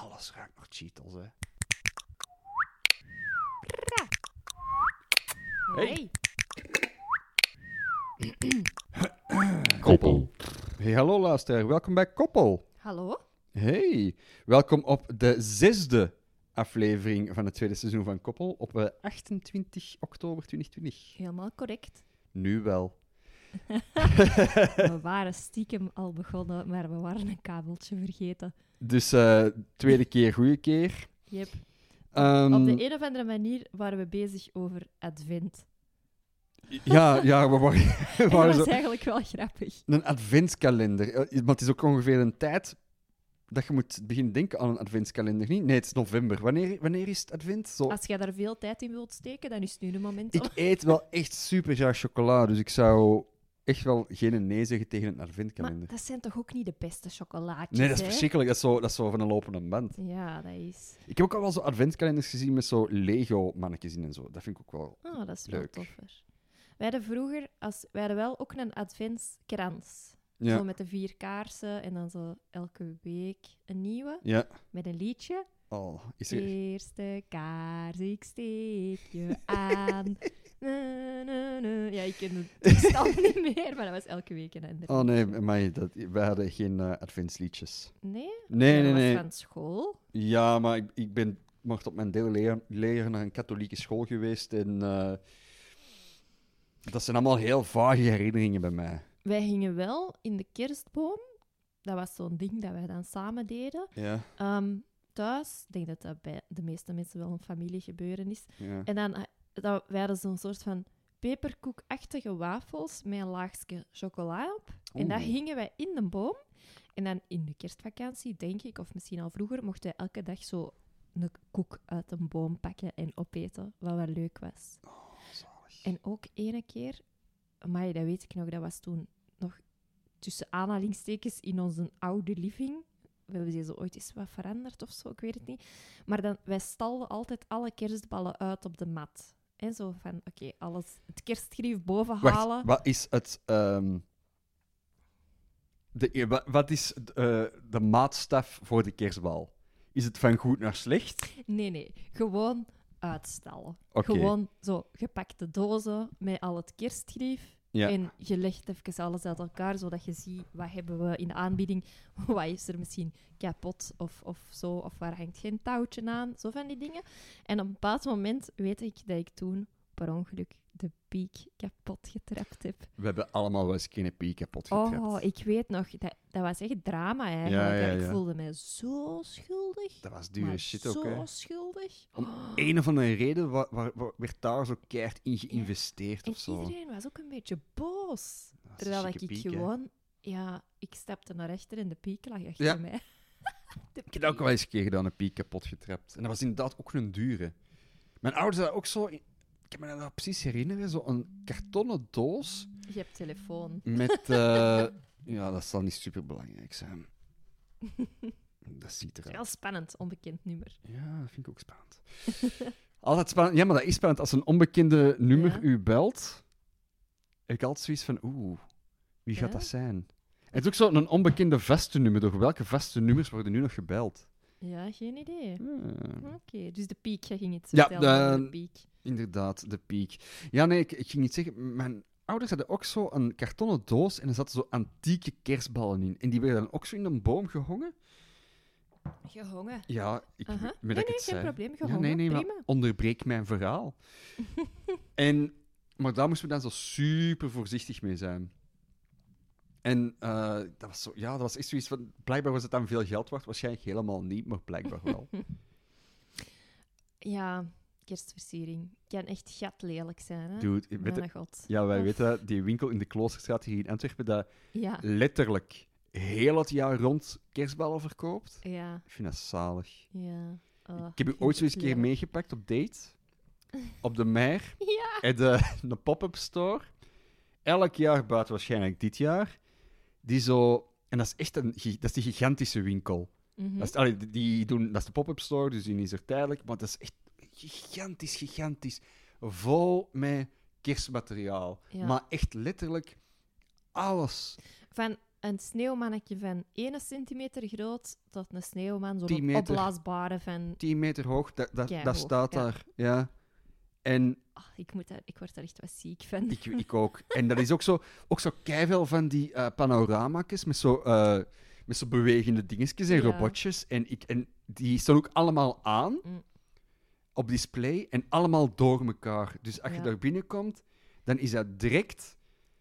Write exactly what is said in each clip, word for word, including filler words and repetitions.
Alles ruikt nog Cheetos, hè. Hey. Koppel. Hey, hallo luisteraar. Welkom bij Koppel. Hallo? Hey, welkom op de zesde aflevering van het tweede seizoen van Koppel op eh, achtentwintig oktober tweeduizend twintig. Helemaal correct. Nu wel. We waren stiekem al begonnen, maar we waren een kabeltje vergeten. Dus uh, tweede keer, goede keer. Yep. Um, Op de een of andere manier waren we bezig over advent. Ja, ja, we waren, we En waren dat zo... was eigenlijk wel grappig. Een adventskalender. Uh, Maar het is ook ongeveer een tijd dat je moet beginnen denken aan een adventskalender, niet? Nee, het is november. Wanneer, wanneer is het advent? Zo... Als jij daar veel tijd in wilt steken, dan is het nu de moment Ik om. eet wel echt super graag chocola, dus ik zou echt wel geen nee zeggen tegen een adventkalender. Maar dat zijn toch ook niet de beste chocolaatjes, Nee, dat is hè? verschrikkelijk. Dat is, zo, dat is zo van een lopende band. Ja, dat is... Ik heb ook al wel zo adventskalenders gezien met zo Lego-mannetjes in en zo. Dat vind ik ook wel... Oh, dat is wel Leuk. toffer. Wij hadden vroeger... Als... Wij hadden wel ook een adventskrans. Ja. Zo met de vier kaarsen en dan zo elke week een nieuwe. Ja. Met een liedje. Oh, is er... Eerste kaars, ik steek je aan. Na, na, na. Ja, ik ken het stand niet meer, maar dat was elke week een ander. Oh nee, maar dat, wij hadden geen uh, adventsliedjes. Nee? Nee, Ja, nee, dat nee. was van school. Ja, maar ik, ik ben mocht op mijn deel leren, leren naar een katholieke school geweest en uh, dat zijn allemaal heel vage herinneringen bij mij. Wij gingen wel in de kerstboom. Dat was zo'n ding dat wij dan samen deden. Ja, Ehm, thuis, ik denk dat dat bij de meeste mensen wel een familiegebeuren is. ja. En dan, eh, dat, wij hadden zo'n soort van peperkoekachtige wafels met een laagje chocola op. En dat Oeh. hingen wij in de boom. En dan in de kerstvakantie, denk ik, of misschien al vroeger, mochten wij elke dag zo een koek uit een boom pakken en opeten, wat wel leuk was. Oh, zalig. En ook ene keer, maar dat weet ik nog, dat was toen nog tussen aanhalingstekens in onze oude living. We hebben deze ooit eens wat veranderd of zo, ik weet het niet. Maar dan, wij stalden altijd alle kerstballen uit op de mat. En zo van, oké, alles, het kerstgrief boven halen. Wacht, wat is het... ehm, de, wa- wat is uh, de maatstaf voor de kerstbal? Is het van goed naar slecht? Nee, nee, gewoon uitstallen. Oké. Gewoon zo gepakte dozen met al het kerstgrief. Ja. En je legt even alles uit elkaar, zodat je ziet wat hebben we in de aanbieding. Wat is er misschien kapot of, of zo, of waar hangt geen touwtje aan. Zo van die dingen. En op een bepaald moment weet ik dat ik toen per ongeluk de piek kapot getrapt heb. We hebben allemaal wel eens een piek kapot getrapt. Oh, ik weet nog, dat, dat was echt drama eigenlijk. Ja, ja, Ik ja. voelde mij zo schuldig. Dat was dure maar shit zo ook, hè. schuldig. Om Oh. een of andere reden wa- wa- wa- werd daar zo keihard in geïnvesteerd En of zo. iedereen was ook een beetje boos. Dat is een Terwijl chique ik piek, hè. gewoon... Ja, ik stapte naar rechter en de piek lag achter Ja. mij. De Ik heb ook wel eens een keer gedaan, een piek kapot getrapt. En dat was inderdaad ook een dure. Mijn ouders hadden ook zo... Ik kan me dat precies herinneren. Zo'n kartonnen doos Je hebt telefoon. met... eh, ja, dat zal niet super belangrijk zijn. Dat ziet eruit. Heel spannend, onbekend nummer. Ja, dat vind ik ook spannend. Altijd spannend. Ja, maar dat is spannend. Als een onbekende nummer Ja. u belt, heb ik altijd zoiets van, oeh, wie gaat Ja? dat zijn? En het is ook zo een onbekende vaste nummer. Door welke vaste nummers worden nu nog gebeld? Ja, geen idee. Hmm. Oké, dus de piek, jij ging iets Ja, vertellen over de- de piek. Inderdaad, de piek. Ja, nee, ik, ik ging niet zeggen... Mijn ouders hadden ook zo een kartonnen doos en er zaten zo antieke kerstballen in. En die werden dan ook zo in een boom gehongen. Gehongen. Ja, ik Aha. met Nee, dat ik nee, het geen zei. probleem, Ja, gehongen. nee, nee, maar Prima. onderbreek mijn verhaal. en, maar daar moesten we dan zo super voorzichtig mee zijn. En eh, dat was zo, ja, dat was echt zoiets van... Blijkbaar was het dan veel geld waard. Waarschijnlijk helemaal niet, maar blijkbaar wel. Ja, kerstversiering. Kan echt gatlelijk zijn, hè? Dude, weet Mijn je- god. ja, wij Of- weten dat, die winkel in de Kloosterstraat hier in Antwerpen, dat Ja, letterlijk heel het jaar rond kerstballen verkoopt. ja, Ik vind dat zalig. ja. Oh, Ik heb u vind ooit zo eens het een keer leuk. meegepakt op date. Op de Meer. Ja. En de, een pop-up store. Elk jaar buiten waarschijnlijk dit jaar. Die zo... En dat is echt een, gi- dat is die gigantische winkel. Mhm. Dat is, allee, die- die doen, dat is de pop-up store, dus die is er tijdelijk. Maar dat is echt gigantisch, gigantisch. Vol met kerstmateriaal. Ja. Maar echt letterlijk alles. Van een sneeuwmannetje van één centimeter groot tot een sneeuwman, zo'n tien meter. opblaasbare van... tien meter hoog, dat, dat, Keihoog, dat staat ja. daar. Ja. En Oh, ik, moet daar, ik word daar echt wat ziek van. ik, ik ook. En dat is ook zo, ook zo keiveel van die uh, panorama's met zo, uh, met zo bewegende dingetjes en Ja. robotjes. En, ik, en die staan ook allemaal aan Mm. op display en allemaal door elkaar. Dus als je Ja. daar binnenkomt, dan is dat direct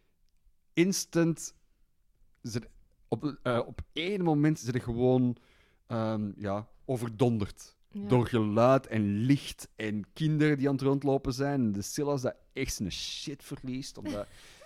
instant. Ze- Op, uh, op één moment zijn ze gewoon um, ja, overdonderd. Ja. Door geluid en licht en kinderen die aan het rondlopen zijn. En de Silas dat echt zijn shit verliest. Omdat...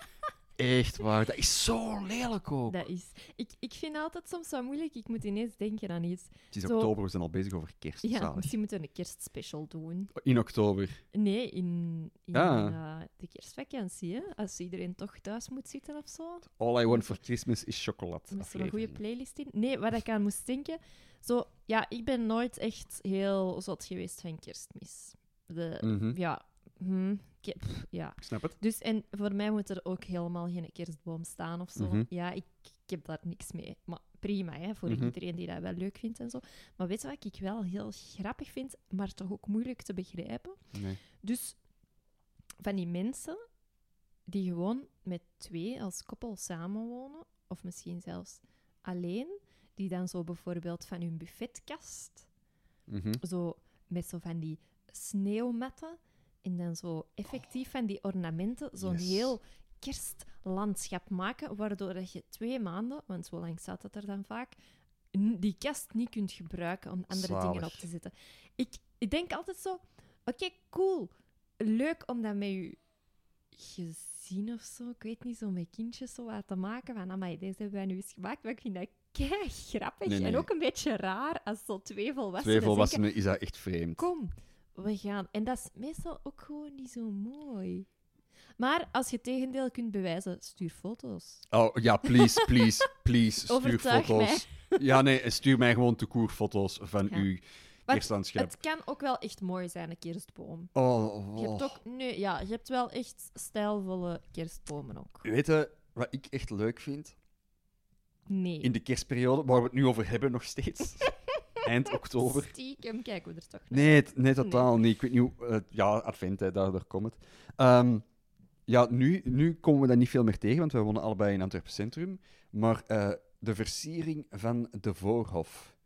echt waar. Dat is zo lelijk ook. Dat is... Ik, ik vind altijd soms wel moeilijk. Ik moet ineens denken aan iets. Het is zo- oktober, we zijn al bezig over kerst. Ja, Zalig. misschien moeten we een kerstspecial doen. In oktober. Nee, in, in Ja. eh, de kerstvakantie, hè? Als iedereen toch thuis moet zitten of zo. All I want for Christmas is chocolade. Met zo'n goede aflevering. playlist in. Nee, wat ik aan moest denken... Zo, ja, ik ben nooit echt heel zot geweest van kerstmis. De, Mhm. Ja, hm, ke- pff, ja. Ik snap het. Dus, en voor mij moet er ook helemaal geen kerstboom staan of zo. Mhm. Ja, ik, ik heb daar niks mee. Maar prima, hè, voor Mhm. iedereen die dat wel leuk vindt en zo. Maar weet je wat ik wel heel grappig vind, maar toch ook moeilijk te begrijpen? Nee. Dus van die mensen die gewoon met twee als koppel samenwonen, of misschien zelfs alleen, die dan zo bijvoorbeeld van hun buffetkast, Mhm. zo met zo van die sneeuwmatten en dan zo effectief van die ornamenten, zo'n Yes. heel kerstlandschap maken, waardoor dat je twee maanden, want zo lang staat het er dan vaak, n- die kast niet kunt gebruiken om andere Zalig. dingen op te zetten. Ik, ik denk altijd zo, oké, cool, leuk om dat met je gezin of zo, ik weet niet, zo met kindjes zo wat te maken, van amai, deze hebben wij nu eens gemaakt, maar ik vind dat kei grappig Nee, nee. en ook een beetje raar als zo twee volwassenen Twee zeggen, volwassenen is dat echt vreemd. kom, we gaan. En dat is meestal ook gewoon niet zo mooi. Maar als je het tegendeel kunt bewijzen, stuur foto's. Oh ja, please, please, please. Stuur Overtuig foto's. Ja, nee, stuur mij gewoon te koer foto's van Ja. uw Maar kerstlandschap. Het kan ook wel echt mooi zijn, een kerstboom. Oh, oh, Je hebt ook... Nee, ja, je hebt wel echt stijlvolle kerstbomen ook. Weet je wat ik echt leuk vind? Nee. In de kerstperiode, waar we het nu over hebben nog steeds. Eind oktober. Stiekem kijken we er toch naar. Nee, het- nee, totaal niet. Ik weet niet hoe... eh, ja, advent, hè, daar, daar komt het. Ehm, ja, nu, nu komen we dat niet veel meer tegen, want we wonen allebei in Antwerpen Centrum. Maar eh, de versiering van de Voorhof.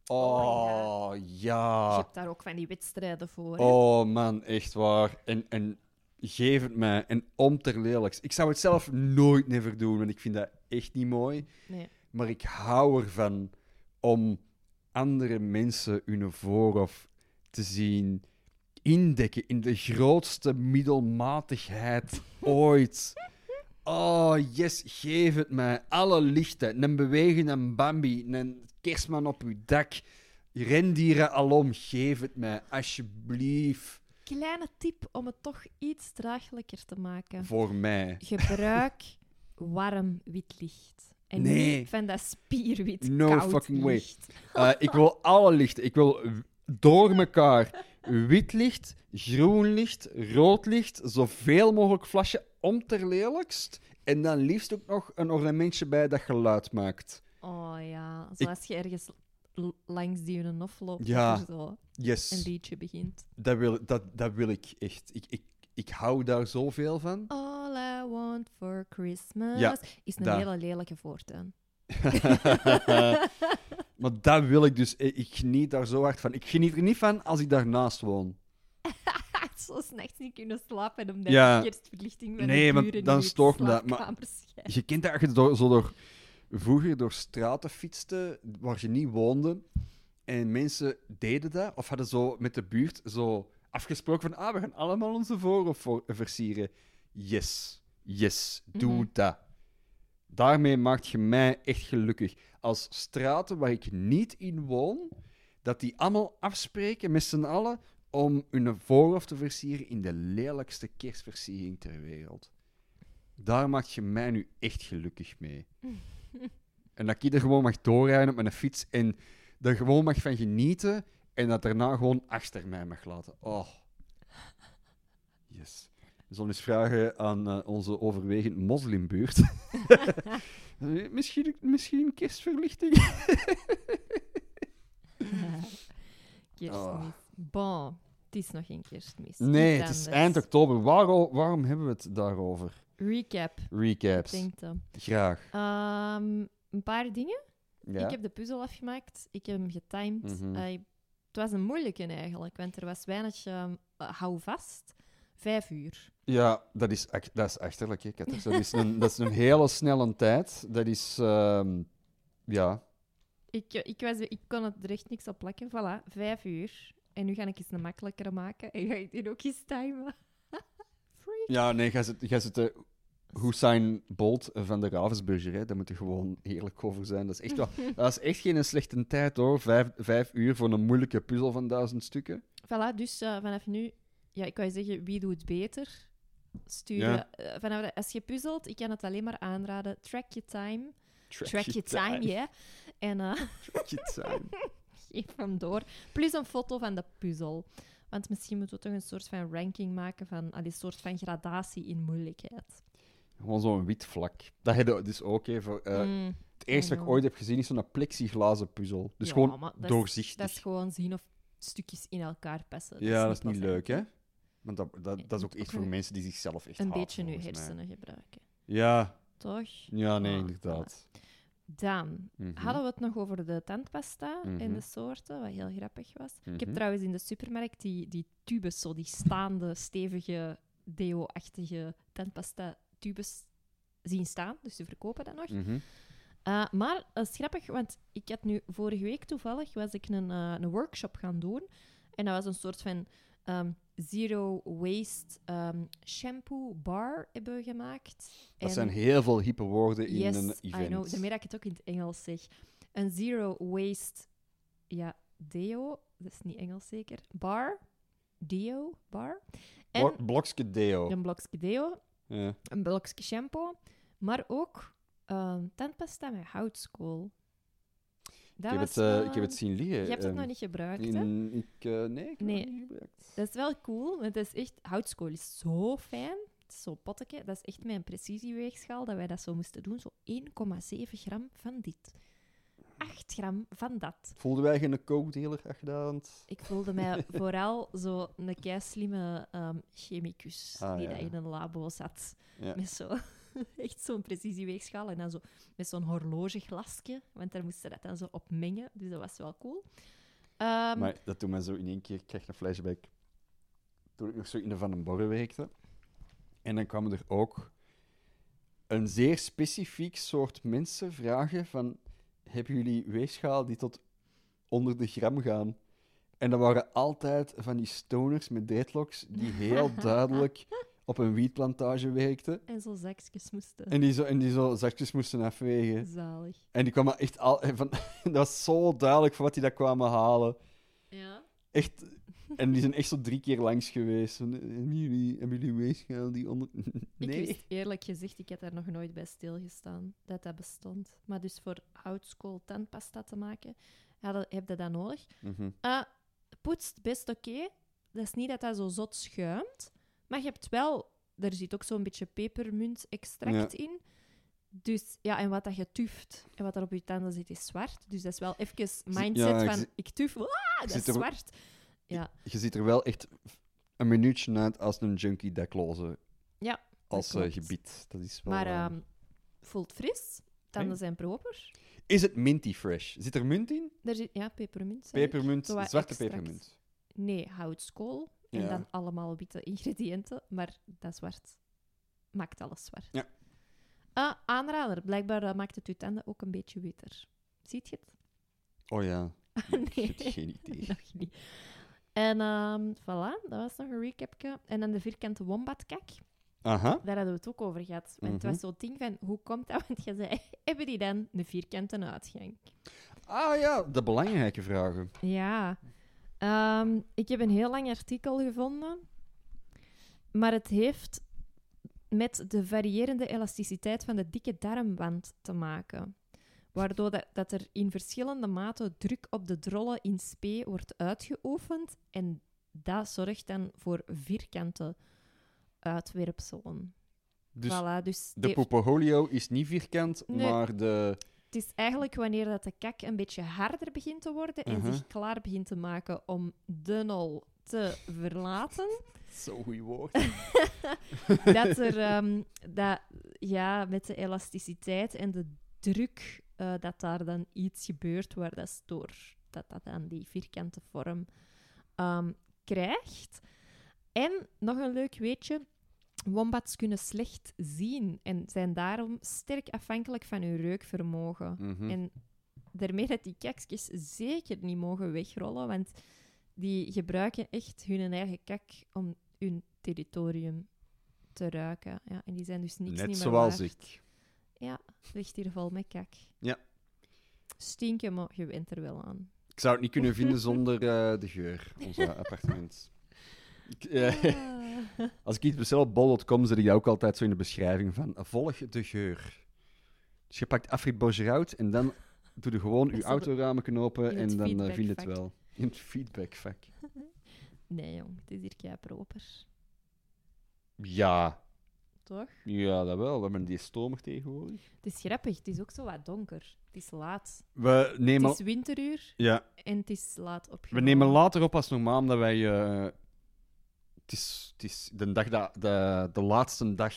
Oh, Oh, Je ja. hebt daar ook van die wedstrijden voor. hè? Oh, man, echt waar. En, en geef het mij. En om ter lelijkst. Ik zou het zelf nooit never doen, want ik vind dat echt niet mooi. Nee. Maar ik hou ervan om andere mensen hun voorhof te zien indekken in de grootste middelmatigheid ooit. Oh, yes, geef het mij. Alle lichten, een bewegende Bambi, een kerstman op uw dak, rendieren alom, geef het mij, alsjeblieft. Kleine tip om het toch iets draaglijker te maken. Voor mij. Gebruik warm wit licht. En Nee. niet van dat spierwit No koud fucking way. licht. Uh, ik wil alle lichten. Ik wil w- door elkaar wit licht, groen licht, rood licht, zoveel mogelijk flasje om ter lelijkst. En dan liefst ook nog een ornamentje bij dat geluid maakt. Oh ja, zoals je ergens l- langs die een hof loopt, Ja. dat er zo een Yes, liedje begint. dat wil, dat, dat wil ik echt. Ik, ik, ik hou daar zoveel van. All I want for Christmas Ja, is een dat. hele lelijke voortuin. Maar dat wil ik dus. Ik geniet daar zo hard van. Ik geniet er niet van als ik daarnaast woon. Zo s'nachts niet kunnen slapen omdat Ja. de kerstverlichting van Nee, de want buren dan niet stoort me dat, maar- slaapkamer schijnt. Je kent dat als je door, zo door, vroeger door straten fietste waar je niet woonde. En mensen deden dat, of hadden zo met de buurt zo afgesproken van ah, we gaan allemaal onze voorhof voor versieren. Yes, yes, doe Mhm. dat. Daarmee maakt je mij echt gelukkig. Als straten waar ik niet in woon, dat die allemaal afspreken met z'n allen om hun voorhof te versieren in de lelijkste kerstversiering ter wereld. Daar maak je mij nu echt gelukkig mee. En dat ik er gewoon mag doorrijden op mijn fiets en er gewoon mag van genieten en dat daarna gewoon achter mij mag laten. Oh. Yes. We zullen eens vragen aan uh, onze overwegend moslimbuurt. misschien, misschien kerstverlichting? Kerstmis. Oh. Bon, het is nog geen kerstmis. Nee, Iets het is anders. eind oktober. Waarom, waarom hebben we het daarover? Recap. Recaps. Ik denk dat. Graag. Ehm, een paar dingen. Ja? Ik heb de puzzel afgemaakt. Ik heb hem getimed. Mhm. Eh, het was een moeilijke eigenlijk, want er was weinig ehm, uh, hou vast. Vijf uur. Ja, dat is, ach- dat is achterlijk, hè, Katters. Dat is een, dat is een hele snelle tijd. Dat is... ehm, ja. Ik, eh, ik, was, ik kon het er echt niks op plakken. Voilà, vijf uur. En nu ga ik eens een makkelijkere maken. En ga ik die ook eens timen. Freak. Ja, nee, jij zit, jij zit de Hussein Bolt van de Ravensburger, hè. Daar moet je gewoon eerlijk over zijn. Dat is echt, wel, dat is echt geen slechte tijd, hoor. Vijf, vijf uur voor een moeilijke puzzel van duizend stukken. Voilà, dus eh, vanaf nu... Ja, ik kan je zeggen, wie doet beter? Sturen. Ja. eh, vanaf de- als je puzzelt, ik kan het alleen maar aanraden. Track your time. Track, Track your time, ja. En eh, Track your time. geef hem door. Plus een foto van de puzzel. Want misschien moeten we toch een soort van ranking maken van... Allee, een soort van gradatie in moeilijkheid. Gewoon zo'n wit vlak. Dat heb je dus ook even. eh, Mm, het eerste wat ik know. ooit heb gezien is zo'n plexiglazen puzzel. Dus ja, gewoon maar dat is- doorzichtig. Dat is gewoon zien of stukjes in elkaar passen. ja, dat is niet plezant, leuk, hè? Want dat, dat, Nee, dat is je ook moet echt ook voor een- mensen die zichzelf echt Een haten, beetje je volgens mij. hersenen gebruiken. Ja, Toch? ja, nee, Ah, inderdaad. Dan Mhm. hadden we het nog over de tandpasta en Mhm. de soorten, wat heel grappig was. Ik Mhm. heb trouwens in de supermarkt die, die tubes, zo die staande, stevige, deo-achtige tandpasta-tubes zien staan. Dus ze verkopen dat nog. Mhm. Uh, maar dat is grappig, want ik had nu vorige week toevallig was ik een, uh, een workshop gaan doen. En dat was een soort van um, zero waste um, shampoo bar hebben we gemaakt. Dat En- zijn heel veel hippe woorden in yes, een I event. know. Daarmee dat ik het ook in het Engels zeg. Een zero waste, ja, deo, dat is niet Engels zeker. Bar, deo, bar. En Blok- Blokske deo. een blokje deo, Ja. een blokje shampoo, maar ook um, tandpasta met houtskool. Ik, Dat heb was het, eh, wel, ik heb het zien liggen. Je hebt het ehm, nog niet gebruikt, hè? in, ik, eh, Nee, ik heb Nee. het niet gebruikt. Dat is wel cool, want dat is echt... Houtskool is zo fijn. Het is zo'n potteke. Dat is echt met een precisieweegschaal dat wij dat zo moesten doen. Zo één komma zeven gram van dit. acht gram van dat. Voelden wij geen coke-dealer gedaan? Ik voelde mij vooral zo een keislimme um, chemicus Ah, die ja. dat in een labo zat. Ja. Met zo... Echt zo'n precisieweegschaal. En dan zo met zo'n horlogeglasje. Want daar moesten dat dan zo op mengen. Dus dat was wel cool. Ehm, Maar dat doet me zo in één keer, ik krijg een flashback. Toen ik nog zo in de Van den Borre werkte. En dan kwamen er ook een zeer specifiek soort mensen vragen van... Hebben jullie weegschaal die tot onder de gram gaan? En dat waren altijd van die stoners met dreadlocks die heel duidelijk op een wietplantage werkten. En zo zakjes moesten. En die zo, en die zo zakjes moesten afwegen. Zalig. En die kwamen echt al... Van, dat was zo duidelijk voor wat die dat kwamen halen. Ja. Echt... En die zijn echt zo drie keer langs geweest. Van, Hebben jullie, hebben jullie weegschaal die onder... Nee. Ik wist eerlijk gezegd, ik had daar nog nooit bij stilgestaan dat dat bestond. Maar dus voor houtskool tandpasta te maken, hadden, heb je dat nodig. Mhm. Uh, poetst best oké. Dat is niet dat dat zo zot schuimt. Maar je hebt wel... Er zit ook zo'n beetje pepermunt-extract in. Dus ja, en wat dat je tuft en wat er op je tanden zit, is zwart. Dus dat is wel even mindset Ja, ik van... zie- Ik tuf, ah, dat is zit er- zwart. Ja, Je ziet er wel echt een minuutje uit als een junkie dekloze. Ja, Als dat eh, klopt. gebied. Dat is wel... maar eh, ehm, voelt fris. Tanden zijn proper. Is het minty fresh? Zit er munt in? Daar zit, ja, pepermunt. zei ik. Pepermunt, Zo wat zwarte extract. pepermunt. Nee, houtskool. En Ja. dan allemaal witte ingrediënten. Maar dat zwart maakt alles zwart. Ja. Ah, aanrader. Blijkbaar eh, maakt het je tanden ook een beetje witter. Ziet je het? Oh ja. Nee. Ik heb geen idee. Nog niet. En ehm voilà, dat was nog een recapje. En dan de vierkante wombatkak. Aha. Daar hadden we het ook over gehad. Want het Mhm. was zo'n ding van, hoe komt dat? Want je zei, hebben die dan een vierkante uitgang? Ah ja, de belangrijke vragen. Ja. Ehm, ik heb een heel lang artikel gevonden. Maar het heeft met de variërende elasticiteit van de dikke darmwand te maken. Waardoor dat, dat er in verschillende maten druk op de drollen in spe wordt uitgeoefend. En dat zorgt dan voor vierkante uitwerpselen. Dus Voilà, dus de die- popoholio is niet vierkant, Nee. maar de... het is eigenlijk wanneer dat de kak een beetje harder begint te worden en Uh-huh. zich klaar begint te maken om de nol te verlaten, Zo goed woord. dat er ehm, dat, ja, met de elasticiteit en de druk eh, dat daar dan iets gebeurt waar dat stoor, dat dat dan die vierkante vorm ehm, krijgt. En nog een leuk weetje, wombats kunnen slecht zien en zijn daarom sterk afhankelijk van hun reukvermogen. Mhm. En daarmee dat die kakjes zeker niet mogen wegrollen, want die gebruiken echt hun eigen kak om hun territorium te ruiken. Ja, en die zijn dus niks Net niet meer zoals waard. ik. Ja, ligt hier vol met kak. Ja. Stinken, maar je went er wel aan. Ik zou het niet kunnen vinden zonder eh, de geur, onze appartement. Ik, eh, Ah. als ik iets bestel op bol punt com, zet ik dat ook altijd zo in de beschrijving van volg de geur. Dus je pakt Afrit Bogeraut en dan doe je gewoon Dat je is autoramen open in het en dan eh, vind je het feedbackvak. wel. In het feedbackvak. Nee, jong, het is hier kei proper. Ja, Toch? ja, dat wel. We hebben die stomer tegenwoordig. Het is grappig, het is ook zo wat donker. Het is laat. We nemen, Het is winteruur ja, en het is laat we opgenomen. nemen later op als normaal, omdat wij... eh, het, is, het is de dag dat... De, de laatste dag...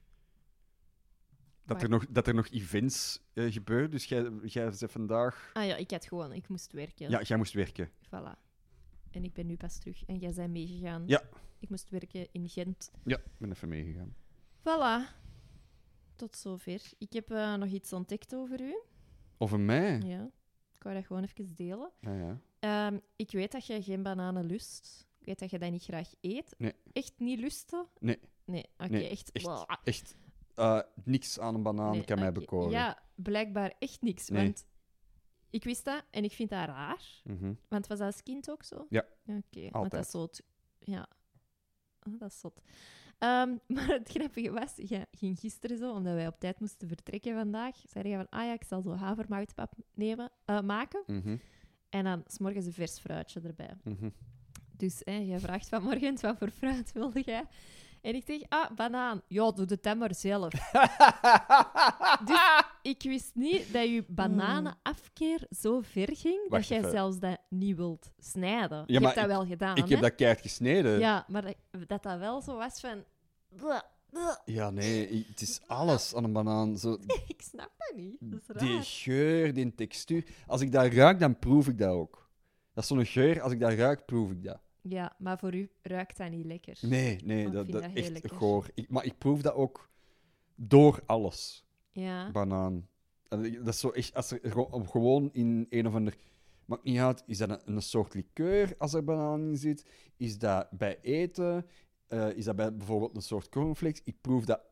Dat er, Maar- nog, dat er nog events eh gebeuren. Dus jij, jij zei vandaag... Ah ja, ik had gewoon, ik moest werken. Ja, jij moest werken. Voilà. En ik ben nu pas terug. En jij bent meegegaan. Ja. Ik moest werken in Gent. Ja, ik ben even meegegaan. Voilà. Tot zover. Ik heb eh, nog iets ontdekt over u. Over mij? Ja. Ik wou dat gewoon even delen. Ja, ja. Ehm, ik weet dat je geen bananen lust. Ik weet dat je dat niet graag eet. Nee. Echt niet lusten? Nee. Nee, oké. Nee, echt. echt. Blah. Echt, eh, niks aan een banaan Nee, kan mij oké. bekoren. Ja, blijkbaar echt niks. Nee. Want ik wist dat en ik vind dat raar. Mhm. Want was dat als kind ook zo? Ja. Oké, want Altijd. dat is zo... het- Ja. Ah, dat is zot. Ehm, maar het grappige was, je ging gisteren zo, omdat wij op tijd moesten vertrekken vandaag, zei je van, ah ja, ik zal zo havermoutpap nemen, eh, maken. Mhm. En dan 's morgens een vers fruitje erbij. Mhm. Dus hè, jij vraagt vanmorgen, wat voor fruit wilde jij? En ik zeg, ah, banaan. Ja, doe het dan maar zelf. Dus ik wist niet dat je bananenafkeer zo ver ging, dat Wacht jij even. zelfs dat niet wilt snijden. je maar hebt dat ik- wel gedaan, Ik hè? heb dat keihard gesneden. Ja, maar dat, dat dat wel zo was van... Blah, blah. Ja, nee, i- het is alles aan een banaan. Zo, Ik snap dat niet. Dat is die raar. geur, die textuur. Als ik dat ruik, dan proef ik dat ook. Dat is zo'n geur, als ik dat ruik, proef ik dat. Ja, maar voor u ruikt dat niet lekker. Nee, nee, Ik dat, vind dat dat heel echt lekker. goor. Ik, maar ik proef dat ook door alles, Ja. banaan. En ik- Dat is zo echt, als er gewo- gewoon in een of ander... Maakt niet uit, is dat een, een soort likeur als er banaan in zit? Is dat bij eten? Eh, is dat bij bijvoorbeeld een soort cornflakes? Ik proef dat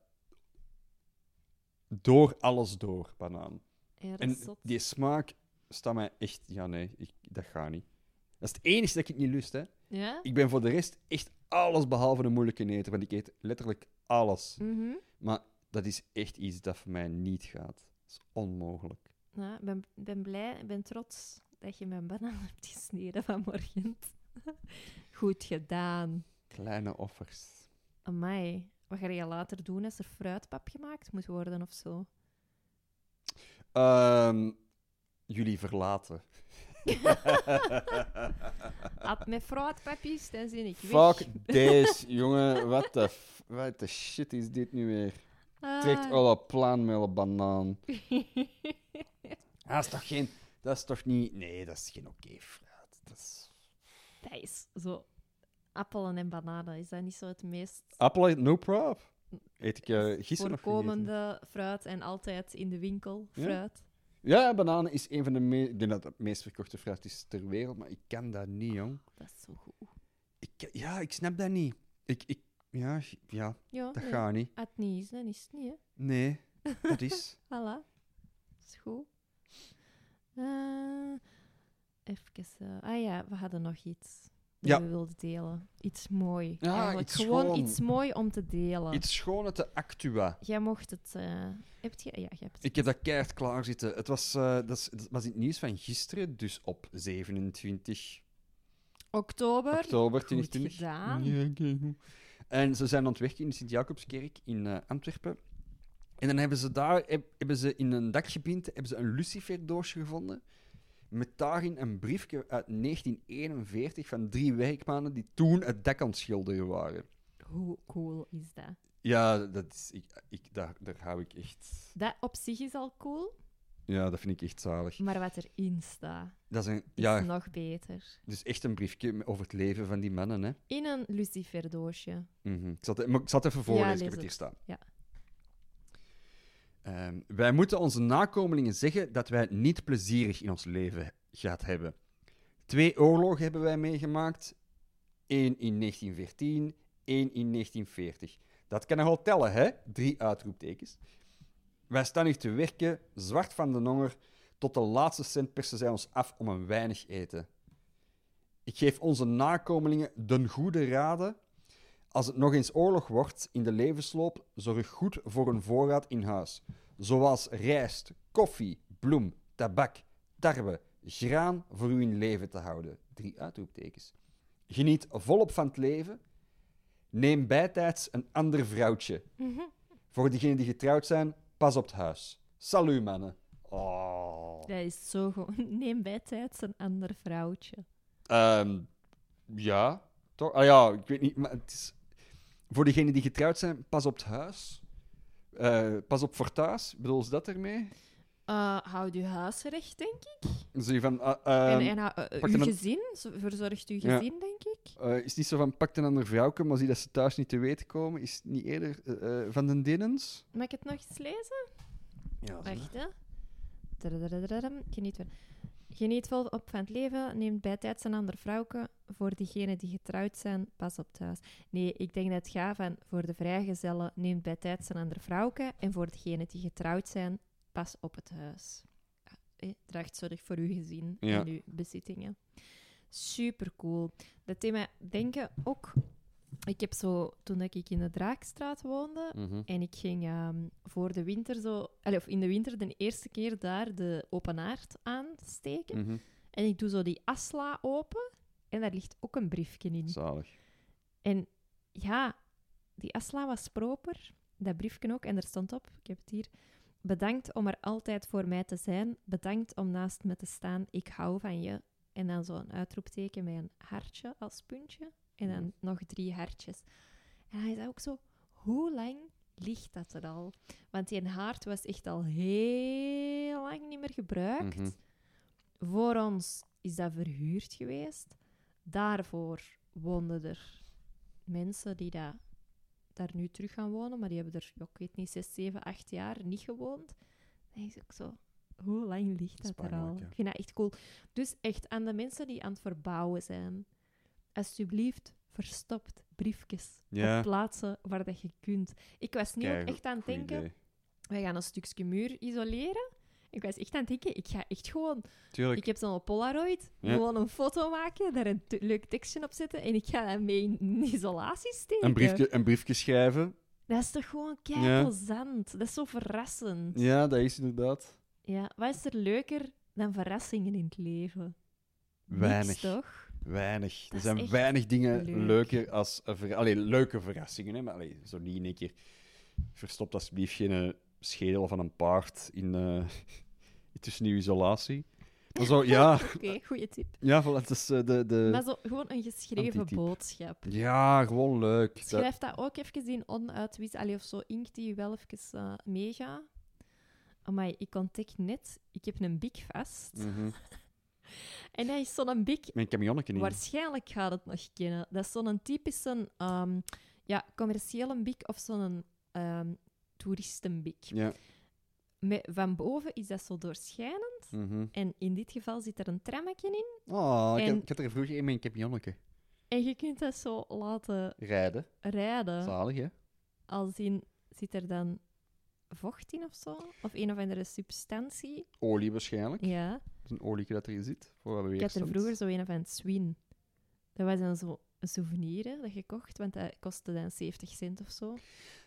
door alles door, banaan. Ja, dat En is zot. die smaak staat mij echt... Ja, nee, ik, dat gaat niet. Dat is het enige dat ik niet lust, hè. Ja? Ik ben voor de rest echt alles behalve een moeilijke eter, want ik eet letterlijk alles. Mhm. Maar dat is echt iets dat voor mij niet gaat. Dat is onmogelijk. Ja, ik ben, ben blij, ik ben trots dat je mijn banaan hebt gesneden vanmorgen. Goed gedaan. Kleine offers. Amai. Wat ga je later doen als er fruitpap gemaakt moet worden of zo? Ehm, jullie verlaten. At met fruitpapjes, dan zin ik weg. Fuck deze, jongen. Wat de f- wat de shit is dit nu weer? Trekt Ah. alle plan met een banaan. Dat is toch geen... Dat is toch niet... Nee, dat is geen oké fruit. Dat is... Dat is zo... Appelen en bananen, is dat niet zo het meest Appel, no prob. Eet ik uh, gisteren nog gegeten. voorkomende fruit en altijd in de winkel Ja? fruit? Ja, bananen is een van de meest... Ik denk dat het meest verkochte fruit is ter wereld, maar ik kan dat niet, jong. Dat is zo goed. Ik, ja, ik snap dat niet. Ik... ik ja, ja, Ja, dat nee. gaat niet. Als het niet is, dan is het niet, hè. Nee, dat is... Voilà. Dat is goed. Uh, even... uh, ah ja, we hadden nog iets dat Ja. we wilden delen. Iets mooi. Ja, Eigenlijk iets gewoon schoon. iets mooi om te delen. Iets schoon uit de Actua. Jij mocht het... uh, heb je... Ja, je hebt het. Ik heb dat keihard klaar zitten. Het was, eh, dat, is, dat was in het nieuws van gisteren, dus op zevenentwintig Oktober. oktober Goed tweeduizend twintig. gedaan. Ja, oké, goed. En ze zijn aan het werken in de Sint-Jacobskerk in uh, Antwerpen. En dan hebben ze daar heb, hebben ze in een dakgebied hebben ze een luciferdoosje gevonden. Met daarin een briefje uit negentien eenenveertig van drie werkmannen die toen het dak aan het schilderen waren. Hoe cool is dat? Ja, dat is, ik, ik, daar, daar hou ik echt... Dat op zich is al cool, Ja, dat vind ik echt zalig. maar wat erin staat, Dat is, een, is ja, nog beter. dus echt een briefje over het leven van die mannen, hè. In een luciferdoosje. Mm-hmm. Ik, zal het, maar ik zal het even voorlezen, Ja, ik heb lees het hier het. staan. Ja. Um, wij moeten onze nakomelingen zeggen dat wij het niet plezierig in ons leven gehad hebben. Twee oorlogen hebben wij meegemaakt. Eén in negentien veertien, één in negentien veertig. Dat kan nogal tellen, hè? Drie uitroeptekens. Wij staan hier te werken, zwart van de honger. Tot de laatste cent persen zij ons af om een weinig eten. Ik geef onze nakomelingen den goede raden. Als het nog eens oorlog wordt in de levensloop, zorg goed voor een voorraad in huis. Zoals rijst, koffie, bloem, tabak, tarwe, graan voor u in leven te houden. Drie uitroeptekens. Geniet volop van het leven. Neem bijtijds een ander vrouwtje. Mm-hmm. Voor diegenen die getrouwd zijn, pas op het huis. Salut, mannen. Oh. Dat is zo goed. Neem bijtijds een ander vrouwtje. Um, ja, toch? Ah ja, ik weet niet, maar het is... Voor diegenen die getrouwd zijn, pas op het huis. Uh, pas op voor thuis. Bedoel ze dat ermee? Uh, houd je huis recht, denk ik. Zo van, uh, uh, en en uh, uh, uw een... gezin, verzorgt uw gezin, ja. denk ik. Uh, is het niet zo van, pakt een ander vrouwke, maar zie dat ze thuis niet te weten komen? Is het niet eerder uh, van den Dinnens? Mag ik het nog eens lezen? Ja, wacht, hè. Geniet van... Geniet volop van het leven, neemt bijtijds een ander vrouwke. Voor diegenen die getrouwd zijn, pas op thuis. Nee, ik denk dat het gaat van voor de vrijgezellen, neemt bijtijds een ander vrouwke. En voor diegenen die getrouwd zijn, pas op het huis. Eh, draagt zorg voor uw gezin ja. en uw bezittingen. Super cool. Dat deed mij denken ook... Ik heb zo, toen ik in de Draakstraat woonde, mm-hmm. en ik ging um, voor de winter zo... Allez, of in de winter de eerste keer daar de open haard aansteken. Mm-hmm. En ik doe zo die asla open, en daar ligt ook een briefje in. Zalig. En ja, die asla was proper, dat briefje ook, en er stond op, ik heb het hier... Bedankt om er altijd voor mij te zijn. Bedankt om naast me te staan. Ik hou van je. En dan zo'n uitroepteken met een hartje als puntje. En dan mm. nog drie hartjes. En hij zei ook zo, hoe lang ligt dat er al? Want die haard was echt al heel lang niet meer gebruikt. Mm-hmm. Voor ons is dat verhuurd geweest. Daarvoor woonden er mensen die dat, daar nu terug gaan wonen, maar die hebben er, ik weet niet, zes, zeven, acht jaar niet gewoond. En is ook zo, hoe lang ligt dat, dat er al? Ja. Ik vind dat echt cool. Dus echt aan de mensen die aan het verbouwen zijn, alsjeblieft, verstopt briefjes ja. op plaatsen waar dat je kunt. Ik was nu ook echt aan het denken, idee. Wij gaan een stukje muur isoleren. Ik was echt aan het denken, ik ga echt gewoon... Tuurlijk. Ik heb zo'n Polaroid, ja. gewoon een foto maken, daar een te- leuk tekstje op zetten en ik ga dat mee in isolatie steken. Een briefje, een briefje schrijven. Dat is toch gewoon keiplezant? Ja. Dat is zo verrassend. Ja, dat is inderdaad. Ja, wat is er leuker dan verrassingen in het leven? Weinig. Niks, toch? Weinig. Er zijn weinig dingen leuk. leuker als... Ver... Allee, leuke verrassingen, hè? Maar allee, zo niet in één keer... Verstopt alsjeblieft geen schedel van een paard in... Uh... tussen die isolatie. Maar zo, ja... Oké, okay, goede tip. Ja, voilà, het is uh, de, de... Maar zo, gewoon een geschreven Antitype. Boodschap. Ja, gewoon leuk. Schrijf dat ook even in onuitwis... Allee, of zo inkt die wel even uh, meegaat. Amai, ik ontdek net... Ik heb een bik vast. Mm-hmm. En hij is zo'n bik... Mijn camionnetje niet. Waarschijnlijk gaat het nog kennen. Dat is zo'n typische... Um, ja, commerciële bik of zo'n um, toeristenbik. Ja. Met, van boven is dat zo doorschijnend. Mm-hmm. En in dit geval zit er een trammetje in. Oh, en, ik, heb, ik had er vroeger in mijn camionnetje. En je kunt dat zo laten... Rijden. Rijden. Zalig, hè? Als in... Zit er dan vocht in of zo? Of een of andere substantie? Olie waarschijnlijk. Ja. Dat is een olietje dat erin zit. Voor ik had er vroeger zo een van het Swin. Dat was dan zo een souvenir hè, dat je kocht, want dat kostte dan zeventig cent of zo.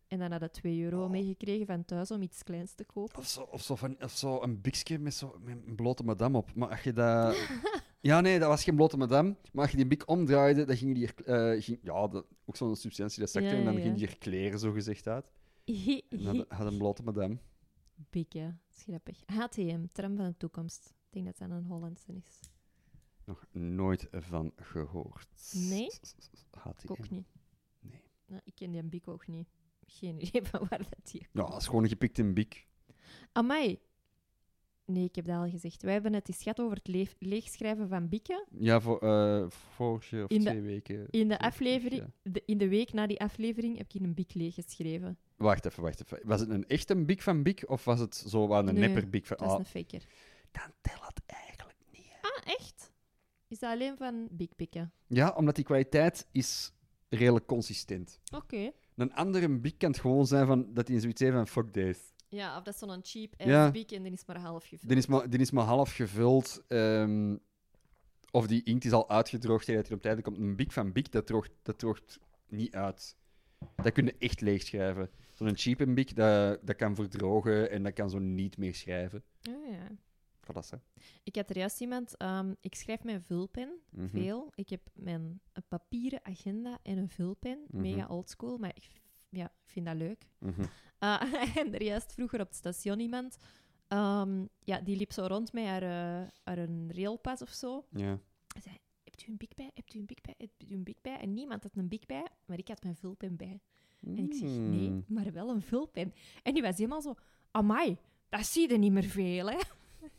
En dan had je twee euro Oh. meegekregen van thuis om iets kleins te kopen. Of zo, of zo, van, of zo een bikje met, zo, met een blote madame op. Maar als je dat... Ja, nee, dat was geen blote madame. Maar als je die bik omdraaide, dan ging die er... eh, ging, ja, dat, ook zo'n substantie dat zakte. Ja, en dan ja, ging ja. die er kleren, zo gezegd, uit. En had, had een blote madame. Bik, ja. Dat is grappig. H T M, tram van de toekomst. Ik denk dat dat een Hollandse is. Nog nooit van gehoord. Nee? H T M. Ik ook niet. Nee. Nou, ik ken die bik ook niet. Geen idee van waar dat hier Ja, dat is gewoon een gepikte bik. Amai. Nee, ik heb dat al gezegd. Wij hebben het eens gehad over het leef- leegschrijven van bikken. Ja, voor, uh, vorige of In de- twee weken. In de, Twee aflevering, ja. de, in de week na die aflevering heb ik een bik leeggeschreven. Wacht even, wacht even. Was het een echte bik van bik of was het zo wat een Nee, nepper bik van... Dat is Ah, een faker. dan tel het eigenlijk niet. Hè. Ah, echt? Is dat alleen van bikpikken? Ja, omdat die kwaliteit is redelijk consistent. Oké. Een andere bik kan het gewoon zijn van, dat hij zoiets heeft van fuck this. Ja, of dat is zo'n cheap ass Ja. bik en dan is maar half gevuld. Die is maar, die is maar half gevuld. ehm, of die inkt is al uitgedroogd tegen dat hij op tijd komt. Een bik van bik, dat droogt, dat droogt niet uit. Dat kun je echt leegschrijven. Zo'n cheap bik, dat, dat kan verdrogen en dat kan zo niet meer schrijven. Ah, ja. Wat dat is, hè? Ik had er juist iemand... ehm, ik schrijf met een vulpen, Mhm. veel. Ik heb mijn een papieren agenda en een vulpen. Mhm. Mega oldschool, maar ik, ja, ik vind dat leuk. Mhm. Uh, en er juist vroeger op het station iemand... ehm, ja, die liep zo rond met haar, eh, haar een railpas of zo. Ja. Hij zei, hebt u een bik bij? Hebt u een bik bij? Hebt u een bik bij? En niemand had een bik bij, maar ik had mijn vulpen bij. En ik zeg, nee, Mm. maar wel een vulpen. En die was helemaal zo, amai, dat zie je niet meer veel, hè?